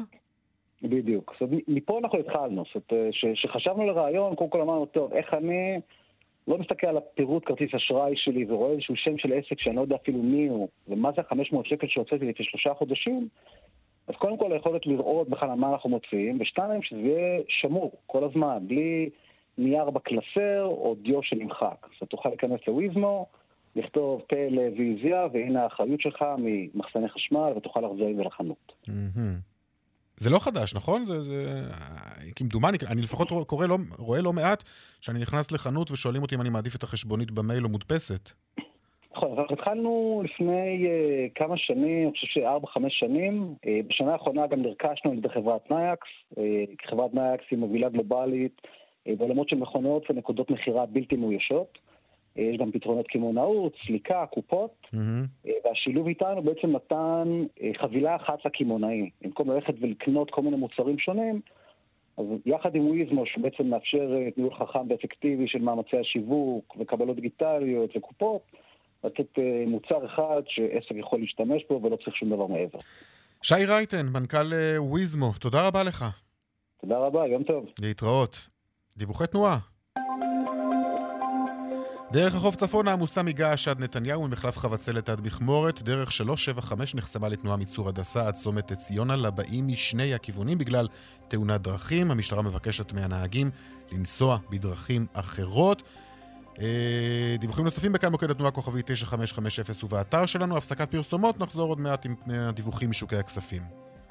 בדיוק. זאת, מפה אנחנו התחלנו. זאת, ש, שחשבנו לרעיון, קודם כל אמרנו, טוב, איך אני לא מסתכל על הפירוט כרטיס אשראי שלי ורואה איזשהו שם של עסק שאני לא יודע אפילו מי הוא, ומה זה חמש מאות שקל שהוצאתי לפני שלושה חודשים, אז קודם כל היכולת לראות בכלל מה אנחנו מוצאים, ושתיים, שזה יהיה שמור כל הזמן, בלי נייר בקלסר או דיו שנמחק. אז אתה תוכל להיכנס לוויזמו, לכתוב טלוויזיה, והנה האחריות שלך ממחסני חשמל, ותוכל לחזור עם זה לחנות. זה לא חדש, נכון? זה, זה... כמדומני, אני לפחות קורא לא, רואה לא מעט שאני נכנס לחנות ושואלים אותי אם אני מעדיף את החשבונית במייל או מודפסת. נכון, אנחנו התחלנו לפני uh, כמה שנים, אני חושב שארבע, חמש שנים. Uh, בשנה האחרונה גם נרכשנו על ידי חברת נייקס. Uh, חברת נייקס היא מובילה גלובלית, uh, בעולמות של מכונות ונקודות מחירה בלתי מאוישות. Uh, יש גם פתרונות קמעונאות, סליקה, קופות. Mm-hmm. Uh, והשילוב איתנו בעצם נתן uh, חבילה אחת לקמעונאי. במקום ללכת ולקנות כל מיני מוצרים שונים, אז יחד עם וויזמו, שבעצם מאפשר uh, ניהול חכם ואפקטיבי של מאמצי השיווק וקבלות דיגיטליות וקופות, לתת מוצר אחד שעסק יכול להשתמש בו ולא צריך שום דבר מעבר. שי רייטן, מנכ"ל וויזמו, תודה רבה לך. תודה רבה, יום טוב. להתראות. דיווחי תנועה. דרך החוף צפונה עמוסה מגעש עד נתניהו ממחלף חבצלת עד מכמורת. דרך שלוש שבע חמש נחסמה לתנועה מצור הדסה עד צומת ציונה לבאים משני הכיוונים בגלל תאונת דרכים. המשטרה מבקשת מהנהגים לנסוע בדרכים אחרות. דיווחים נוספים בכאן מוקד התנועה כוכבי תשע חמש חמש אפס ובאתר שלנו. הפסקת פרסומות, נחזור עוד מעט עם הדיווחים משוקי הכספים.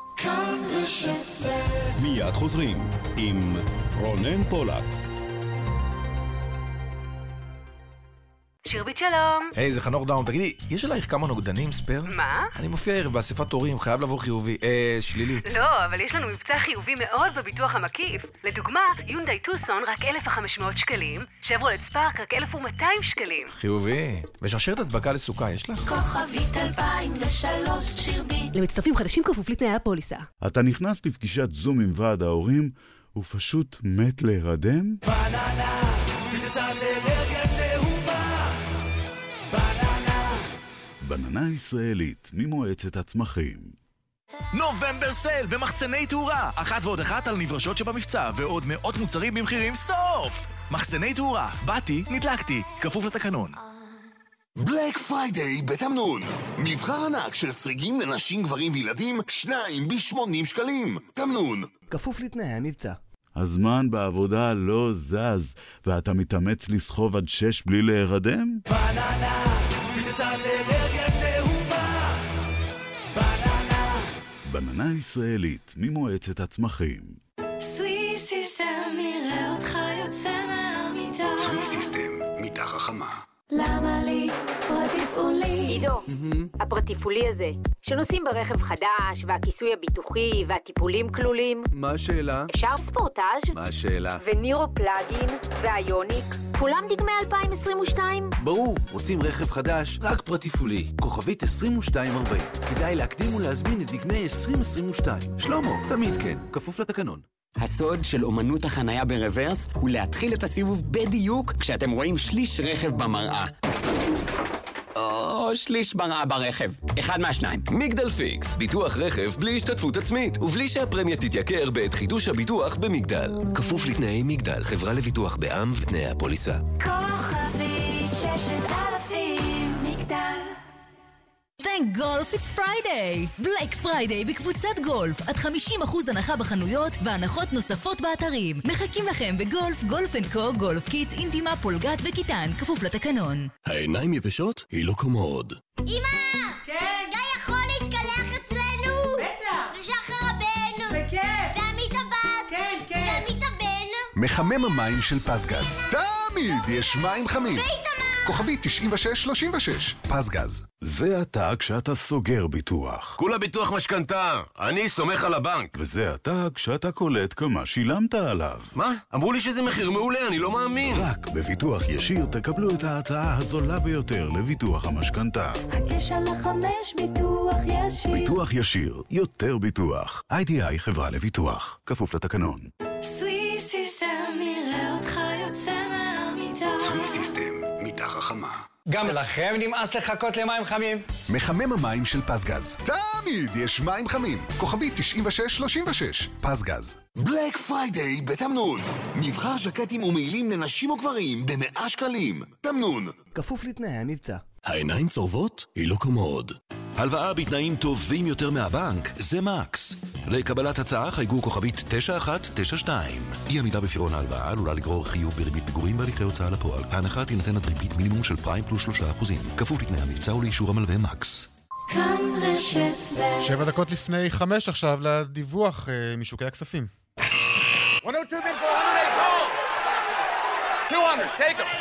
מיד חוזרים עם רונן פולק. שירבית שלום. היי, זה חנוך דאון. תגידי, יש עלייך כמה נוגדנים ספר? מה? אני מופיע ערב באספת הורים, חייב לבוא חיובי. אה, שלילי. לא, אבל יש לנו מבצע חיובי מאוד בביטוח המקיף. לדוגמה, יונדאי טוסון רק אלף וחמש מאות שקלים, שברולט ספארק רק אלף ומאתיים שקלים. חיובי. ושרשרת הדבקה לסוכה, יש לך? כוכבית אלפיים ושלוש שירבית. למצטרפים חדשים כפוף לתנאי הפוליסה. אתה נכנס לפגישת זום עם ועד ההורים, ופשוט מת להירדם? בננה, מתצד לאנרגיה צהובה. בננה. בננה ישראלית, ממועצת הצמחים. נובמבר סייל במחסני תאורה. אחת ועוד אחת על נברשות שבמבצע, ועוד מאות מוצרים במחירים סוף. מחסני תאורה. באתי, נדלקתי. כפוף לתקנון. בלק פריידיי בתמנון. מבחר ענק של סריגים לנשים, גברים וילדים, שניים ב-שמונים שקלים. תמנון. כפוף לתנאי המבצע. הזמן בעבודה לא זז, ואתה מתאמץ לסחוב עד שש בלי להירדם? בננה, מתצד לאנרגיה צהובה. בננה. בננה ישראלית, ממועצת הצמחים. סווי סיסטם, נראה אותך יוצא מהמיטה. סווי סיסטם, מיטה חכמה. למה לי פרטיפולי? עידו, הפרטיפולי הזה, שנוסעים ברכב חדש, והכיסוי הביטוחי, והטיפולים כלולים. מה השאלה? אפשר ספורטאז'? מה השאלה? ונירו פלאגין, והיוניק, כולם דגמי אלפיים עשרים ושתיים? ברור, רוצים רכב חדש, רק פרטיפולי. כוכבית עשרים ושתיים ארבעים. כדאי להקדים ולהזמין את דגמי עשרים עשרים ושתיים. שלמה, תמיד כן, כפוף לתקנון. הסוד של אומנות החנייה ברוורס הוא להתחיל את הסיבוב בדיוק כשאתם רואים שליש רכב במראה. או שליש מראה ברכב. אחד מהשניים. מגדל פיקס, ביטוח רכב בלי השתתפות עצמית, ובלי שהפרמיה תתייקר בעת חידוש הביטוח במגדל. כפוף לתנאי מגדל, חברה לביטוח בע"מ ותנאי הפוליסה. כוכבית ששת אלפים מגדל. Thank Golf it's Friday! Black Friday בקבוצת גולף, עד חמישים אחוז הנחה בחנויות והנחות נוספות באתרים. מחכים לכם בגולף, גולף אנד קו, גולף קיט, אינטימה, פולגת וקיטן, כפוף לתקנון. העיניים יבשות? היא לא קומוד. אמא! כן? גיא יכול להתקלח אצלנו? בטח! ושחר הבן? בכיף! ועמית הבת? כן, כן! ועמית הבן? מחמם המים של פסגז. תמיד יש מים חמים. ואיתמר! כוכבי תשעים ושש שלושים ושש. פסגז. זה אתה כשאתה סוגר ביטוח. כולה ביטוח משכנתה. אני סומך על הבנק. וזה אתה כשאתה קולט כמה שילמת עליו. מה? אמרו לי שזה מחיר מעולה, אני לא מאמין. רק בביטוח ישיר תקבלו את ההצעה הזולה ביותר לביטוח המשכנתה. הקש על החמש ביטוח ישיר. ביטוח ישיר, יותר ביטוח. איי די איי חברה לביטוח. כפוף לתקנון. סווי סיסטם, נראה אותך יוצא מהמיטה. סווי סיסטם, מיטה חכמה. גם לכם נמאס לחכות למים חמים? מחמם המים של פסגז. תמיד יש מים חמים. כוכבי תשעים ושש שלושים ושש. פסגז. בלק פריידיי בתמנון. מבחר ז'קטים ומעילים לנשים וגברים ב-מאה שקלים. תמנון. כפוף לתנאי המבצע. העיניים צורבות? היא לא קומוד. הלוואה בתנאים טובים יותר מהבנק, זה מקס. לקבלת הצעה חייגו כוכבית תשע אחת תשע שתיים. אי עמידה בפירעון ההלוואה עלולה לגרור חיוב בריבית פיגורים בהליכי הוצאה לפועל. ההנחה תינתן עד ריבית מינימום של פריים פלוס שלושה אחוזים. כפוף לתנאי המבצע ולאישור המלווה מקס. כאן רשת ב'. שבע דקות לפני חמש עכשיו לדיווח משוקי הכספים. one oh two bid for one hundred eight. two hundred, take them.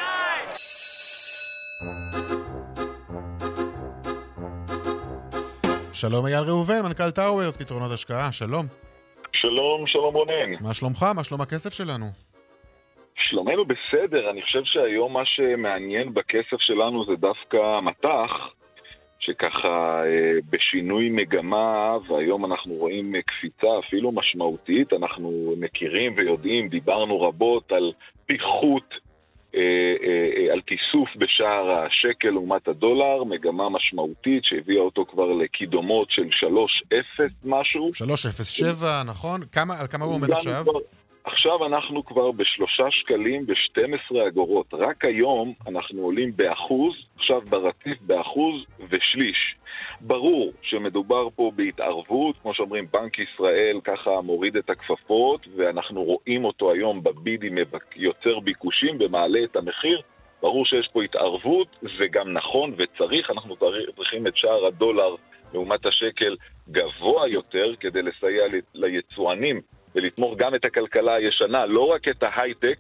שלום אייל ראובן, מנכ"ל טאוורס, פתרונות השקעה, שלום. שלום, שלום רונן. מה שלומך? מה שלום הכסף שלנו? שלומנו בסדר, אני חושב שהיום מה שמעניין בכסף שלנו זה דווקא המטח, שככה בשינוי מגמה, והיום אנחנו רואים קפיצה אפילו משמעותית, אנחנו מכירים ויודעים, דיברנו רבות על פיחות, על תיסוף בשער השקל לעומת הדולר, מגמה משמעותית שהביאה אותו כבר לקידומות של שלוש אפס משהו. שלוש אפס שבע, נכון? כמה, על כמה הוא עומד עכשיו? כבר, עכשיו אנחנו כבר בשלושה שקלים ב-שתים עשרה אגורות. רק היום אנחנו עולים באחוז, עכשיו ברציף באחוז ושליש. ברור שמדובר פה בהתערבות, כמו שאומרים בנק ישראל ככה מוריד את הכפפות, ואנחנו רואים אותו היום בבידים יוצר ביקושים ומעלה את המחיר. ברור שיש פה התערבות, זה גם נכון וצריך, אנחנו צריכים את שער הדולר לעומת השקל גבוה יותר כדי לסייע ליצואנים ולתמוך גם את הכלכלה הישנה, לא רק את ההייטק,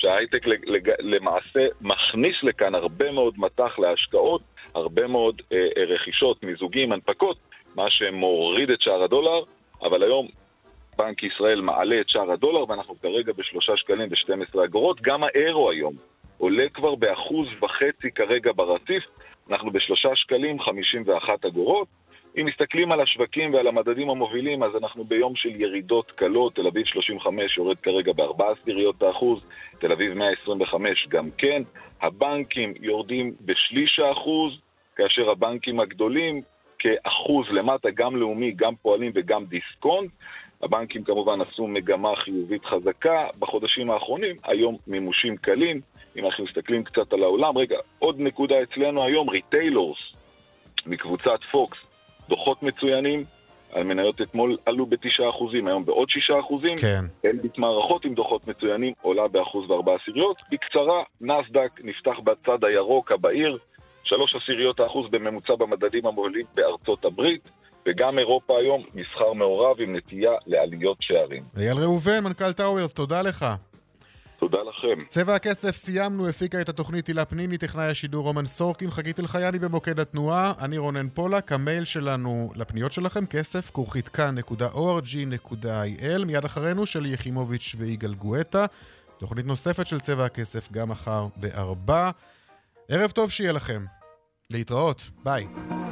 שההייטק למעשה מכניס לכאן הרבה מאוד מתח להשקעות, הרבה מאוד אה, רכישות, מיזוגים, הנפקות, מה שמוריד את שער הדולר, אבל היום בנק ישראל מעלה את שער הדולר, ואנחנו כרגע בשלושה שקלים ושתים עשרה אגורות. גם האירו היום עולה כבר באחוז וחצי כרגע ברציף, אנחנו בשלושה שקלים חמישים ואחת אגורות. אם מסתכלים על השווקים ועל המדדים המובילים, אז אנחנו ביום של ירידות קלות. תל אביב שלושים וחמש יורד כרגע בארבע עשיריות האחוז, תל אביב מאה עשרים וחמש גם כן. הבנקים יורדים בשליש האחוז, כאשר הבנקים הגדולים כאחוז למטה, גם לאומי, גם פועלים וגם דיסקונט. הבנקים כמובן עשו מגמה חיובית חזקה בחודשים האחרונים, היום מימושים קלים. אם אנחנו מסתכלים קצת על העולם, רגע, עוד נקודה אצלנו היום, ריטיילורס מקבוצת פוקס, דוחות מצוינים, המניות אתמול עלו בתשעה אחוזים, היום בעוד שישה אחוזים. כן. אלביט מערכות עם דוחות מצוינים עולה באחוז וארבע עשיריות. בקצרה, נסדק נפתח בצד הירוק הבהיר, שלוש עשיריות האחוז בממוצע במדדים המובילים בארצות הברית, וגם אירופה היום מסחר מעורב עם נטייה לעליות שערים. אייל ראובן, מנכ"ל טאוורס, תודה לך. תודה לכם. צבע הכסף סיימנו, הפיקה את התוכנית הילה פניני, טכנאי השידור רומן סורקין, חגית אלחייני במוקד התנועה, אני רונן פולק. המייל שלנו לפניות שלכם, כסף כרוכית כאן נקודה או אר ג'י נקודה איי אל. מיד אחרינו של יחימוביץ' ויגאל גואטה. תוכנית נוספת של צבע הכסף גם מחר בארבע. ערב טוב שיהיה לכם. להתראות, ביי.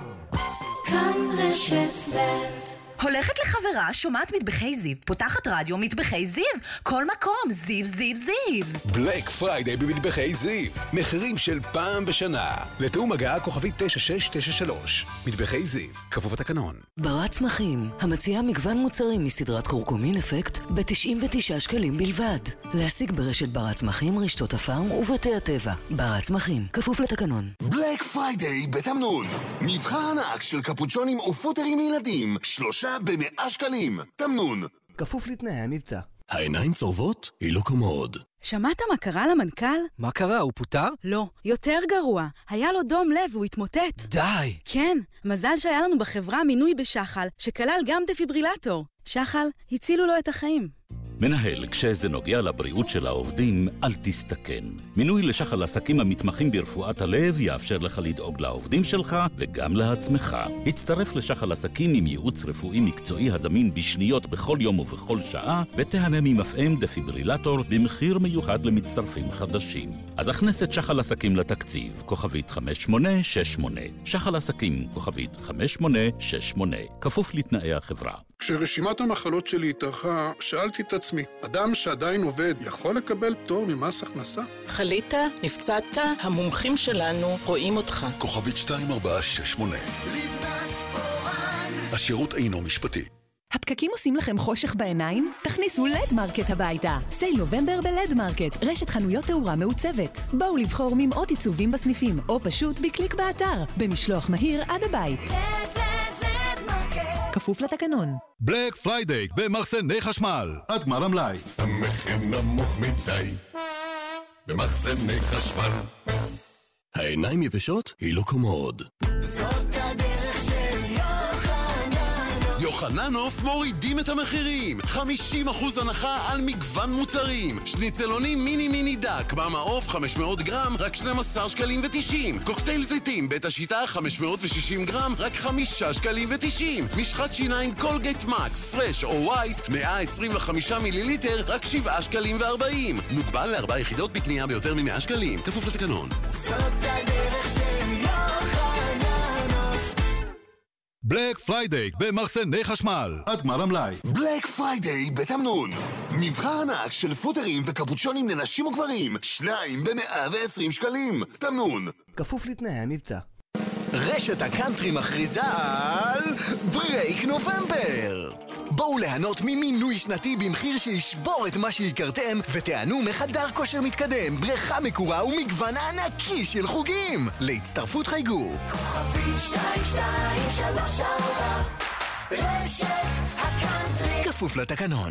כאן רשת ב' הולכת לחברה, שומעת מטבחי זיו, פותחת רדיו מטבחי זיו, כל מקום, זיו, זיו, זיו. בלק פריידיי במטבחי זיו, מחירים של פעם בשנה. לתאום הגעה כוכבית תשע שש תשע שלוש. מטבחי זיו, כפוף התקנון. בר צמחים, המציעה מגוון מוצרים מסדרת קורקומין אפקט ב-תשעים ותשעה שקלים בלבד. להשיג ברשת בר צמחים, רשתות הפארם ובתי הטבע. בר צמחים, כפוף לתקנון. בלק פריידיי בתמנון. מבחר ענק של קפוצ'ונים ופוטרים לילדים. שלושה במאה שקלים. תמנון. כפוף לתנאי המבצע. העיניים צורבות? היא לא קומוד. שמעת מה קרה למנכ"ל? מה קרה? הוא פוטר? לא, יותר גרוע. היה לו דום לב והוא התמוטט. די! כן, מזל שהיה לנו בחברה מינוי בשחל, שכלל גם דפיברילטור. שחל הצילו לו את החיים. מנהל, כשזה נוגע לבריאות של העובדים, אל תסתכן. מינוי לשחל עסקים המתמחים ברפואת הלב יאפשר לך לדאוג לעובדים שלך וגם לעצמך. הצטרף לשחל עסקים עם ייעוץ רפואי מקצועי הזמין בשניות בכל יום ובכל שעה, ותהנה ממפעם דפיברילטור במחיר מיוחד למצטרפים חדשים. אז הכנס את שחל עסקים לתקציב, כוכבית חמש שמונה שש שמונה. שחל עסקים, כוכבית חמש שמונה שש שמונה. כפוף לתנאי החברה. כשרשימת המחלות שלי התארכה, שאלתי את עצמי, אדם שעדיין עובד יכול לקבל פטור ממס הכנסה? חלית, נפצעת, המומחים שלנו רואים אותך. כוכבית שתיים ארבע שש שמונה. השירות אינו משפטי. הפקקים עושים לכם חושך בעיניים? תכניסו לד מרקט הביתה. סייל נובמבר בלד מרקט, רשת חנויות תאורה מעוצבת. בואו לבחור ממאות עיצובים בסניפים, או פשוט בקליק באתר, במשלוח מהיר עד הבית. כפוף לתקנון. בלק פריידיי במחסני חשמל. עד גמר המלאי. המחיר נמוך מדי במחסני חשמל. העיניים יבשות? היא לא קומוד. זאת הדרך של יוחננוף. יוחננוף מורידים את המחירים. חמישים אחוז הנחה על מגוון מוצרים. שניצלונים מיני מיני דק, במא עוף חמש מאות גרם, רק שנים עשר שקלים ותשעים. קוקטייל זיתים בית השיטה חמש מאות ושישים גרם, רק חמישה שקלים ותשעים. משחת שיניים קולגייט מקס, פרש או ווייט, מאה עשרים וחמישה מיליליטר, רק שבעה שקלים וארבעים. מוגבל לארבע יחידות בקנייה ביותר ממאה שקלים. כפוף לתקנון. זאת הדרך של יוחננוף. בלק פריידיי במחסני חשמל. עד גמר המלאי. בלק פריידיי בתמנון. מבחר ענק של פוטרים וקפוצ'ונים לנשים וגברים. שניים במאה ועשרים שקלים. תמנון. כפוף לתנאי המבצע. רשת הקאנטרי מכריזה על ברייק נובמבר. בואו ליהנות ממינוי שנתי במחיר שישבור את מה שהכרתם, ותענו מחדר כושר מתקדם, בריכה מקורה ומגוון ענקי של חוגים. להצטרפות חייגו כוכבית שתיים שתיים שלוש ארבע. רשת הקאנטרי. כפוף לתקנון.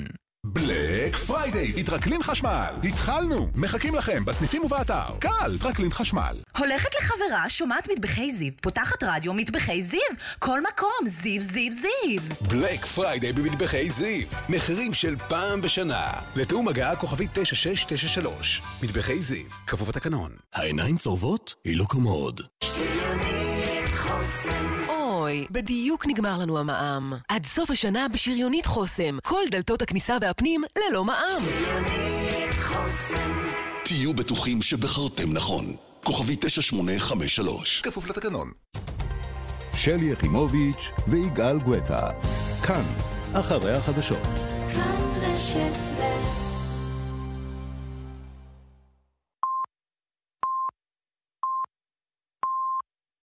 בלק פריידיי, התרקלין חשמל. התחלנו, מחכים לכם בסניפים ובאתר. קל, תרקלין חשמל. הולכת לחברה, שומעת מטבחי זיו, פותחת רדיו מטבחי זיו. כל מקום, זיו, זיו, זיו. בלק פריידיי במטבחי זיו. מחירים של פעם בשנה. לתאום הגעה כוכבית תשע שש תשע שלוש. מטבחי זיו, כפוף התקנון. העיניים צורבות? היא לא קומוד. שריונית חוסן. אוי, בדיוק נגמר לנו המע"מ. עד סוף השנה בשריונית חוסם. כל דלתות הכניסה והפנים ללא מע"מ. שריונית חוסן. תהיו בטוחים שבחרתם נכון. כוכבי תשע שמונה חמש שלוש. כפוף לתקנון. שלי יחימוביץ' ויגאל גואטה. כאן, אחרי החדשות. כאן רשת ב'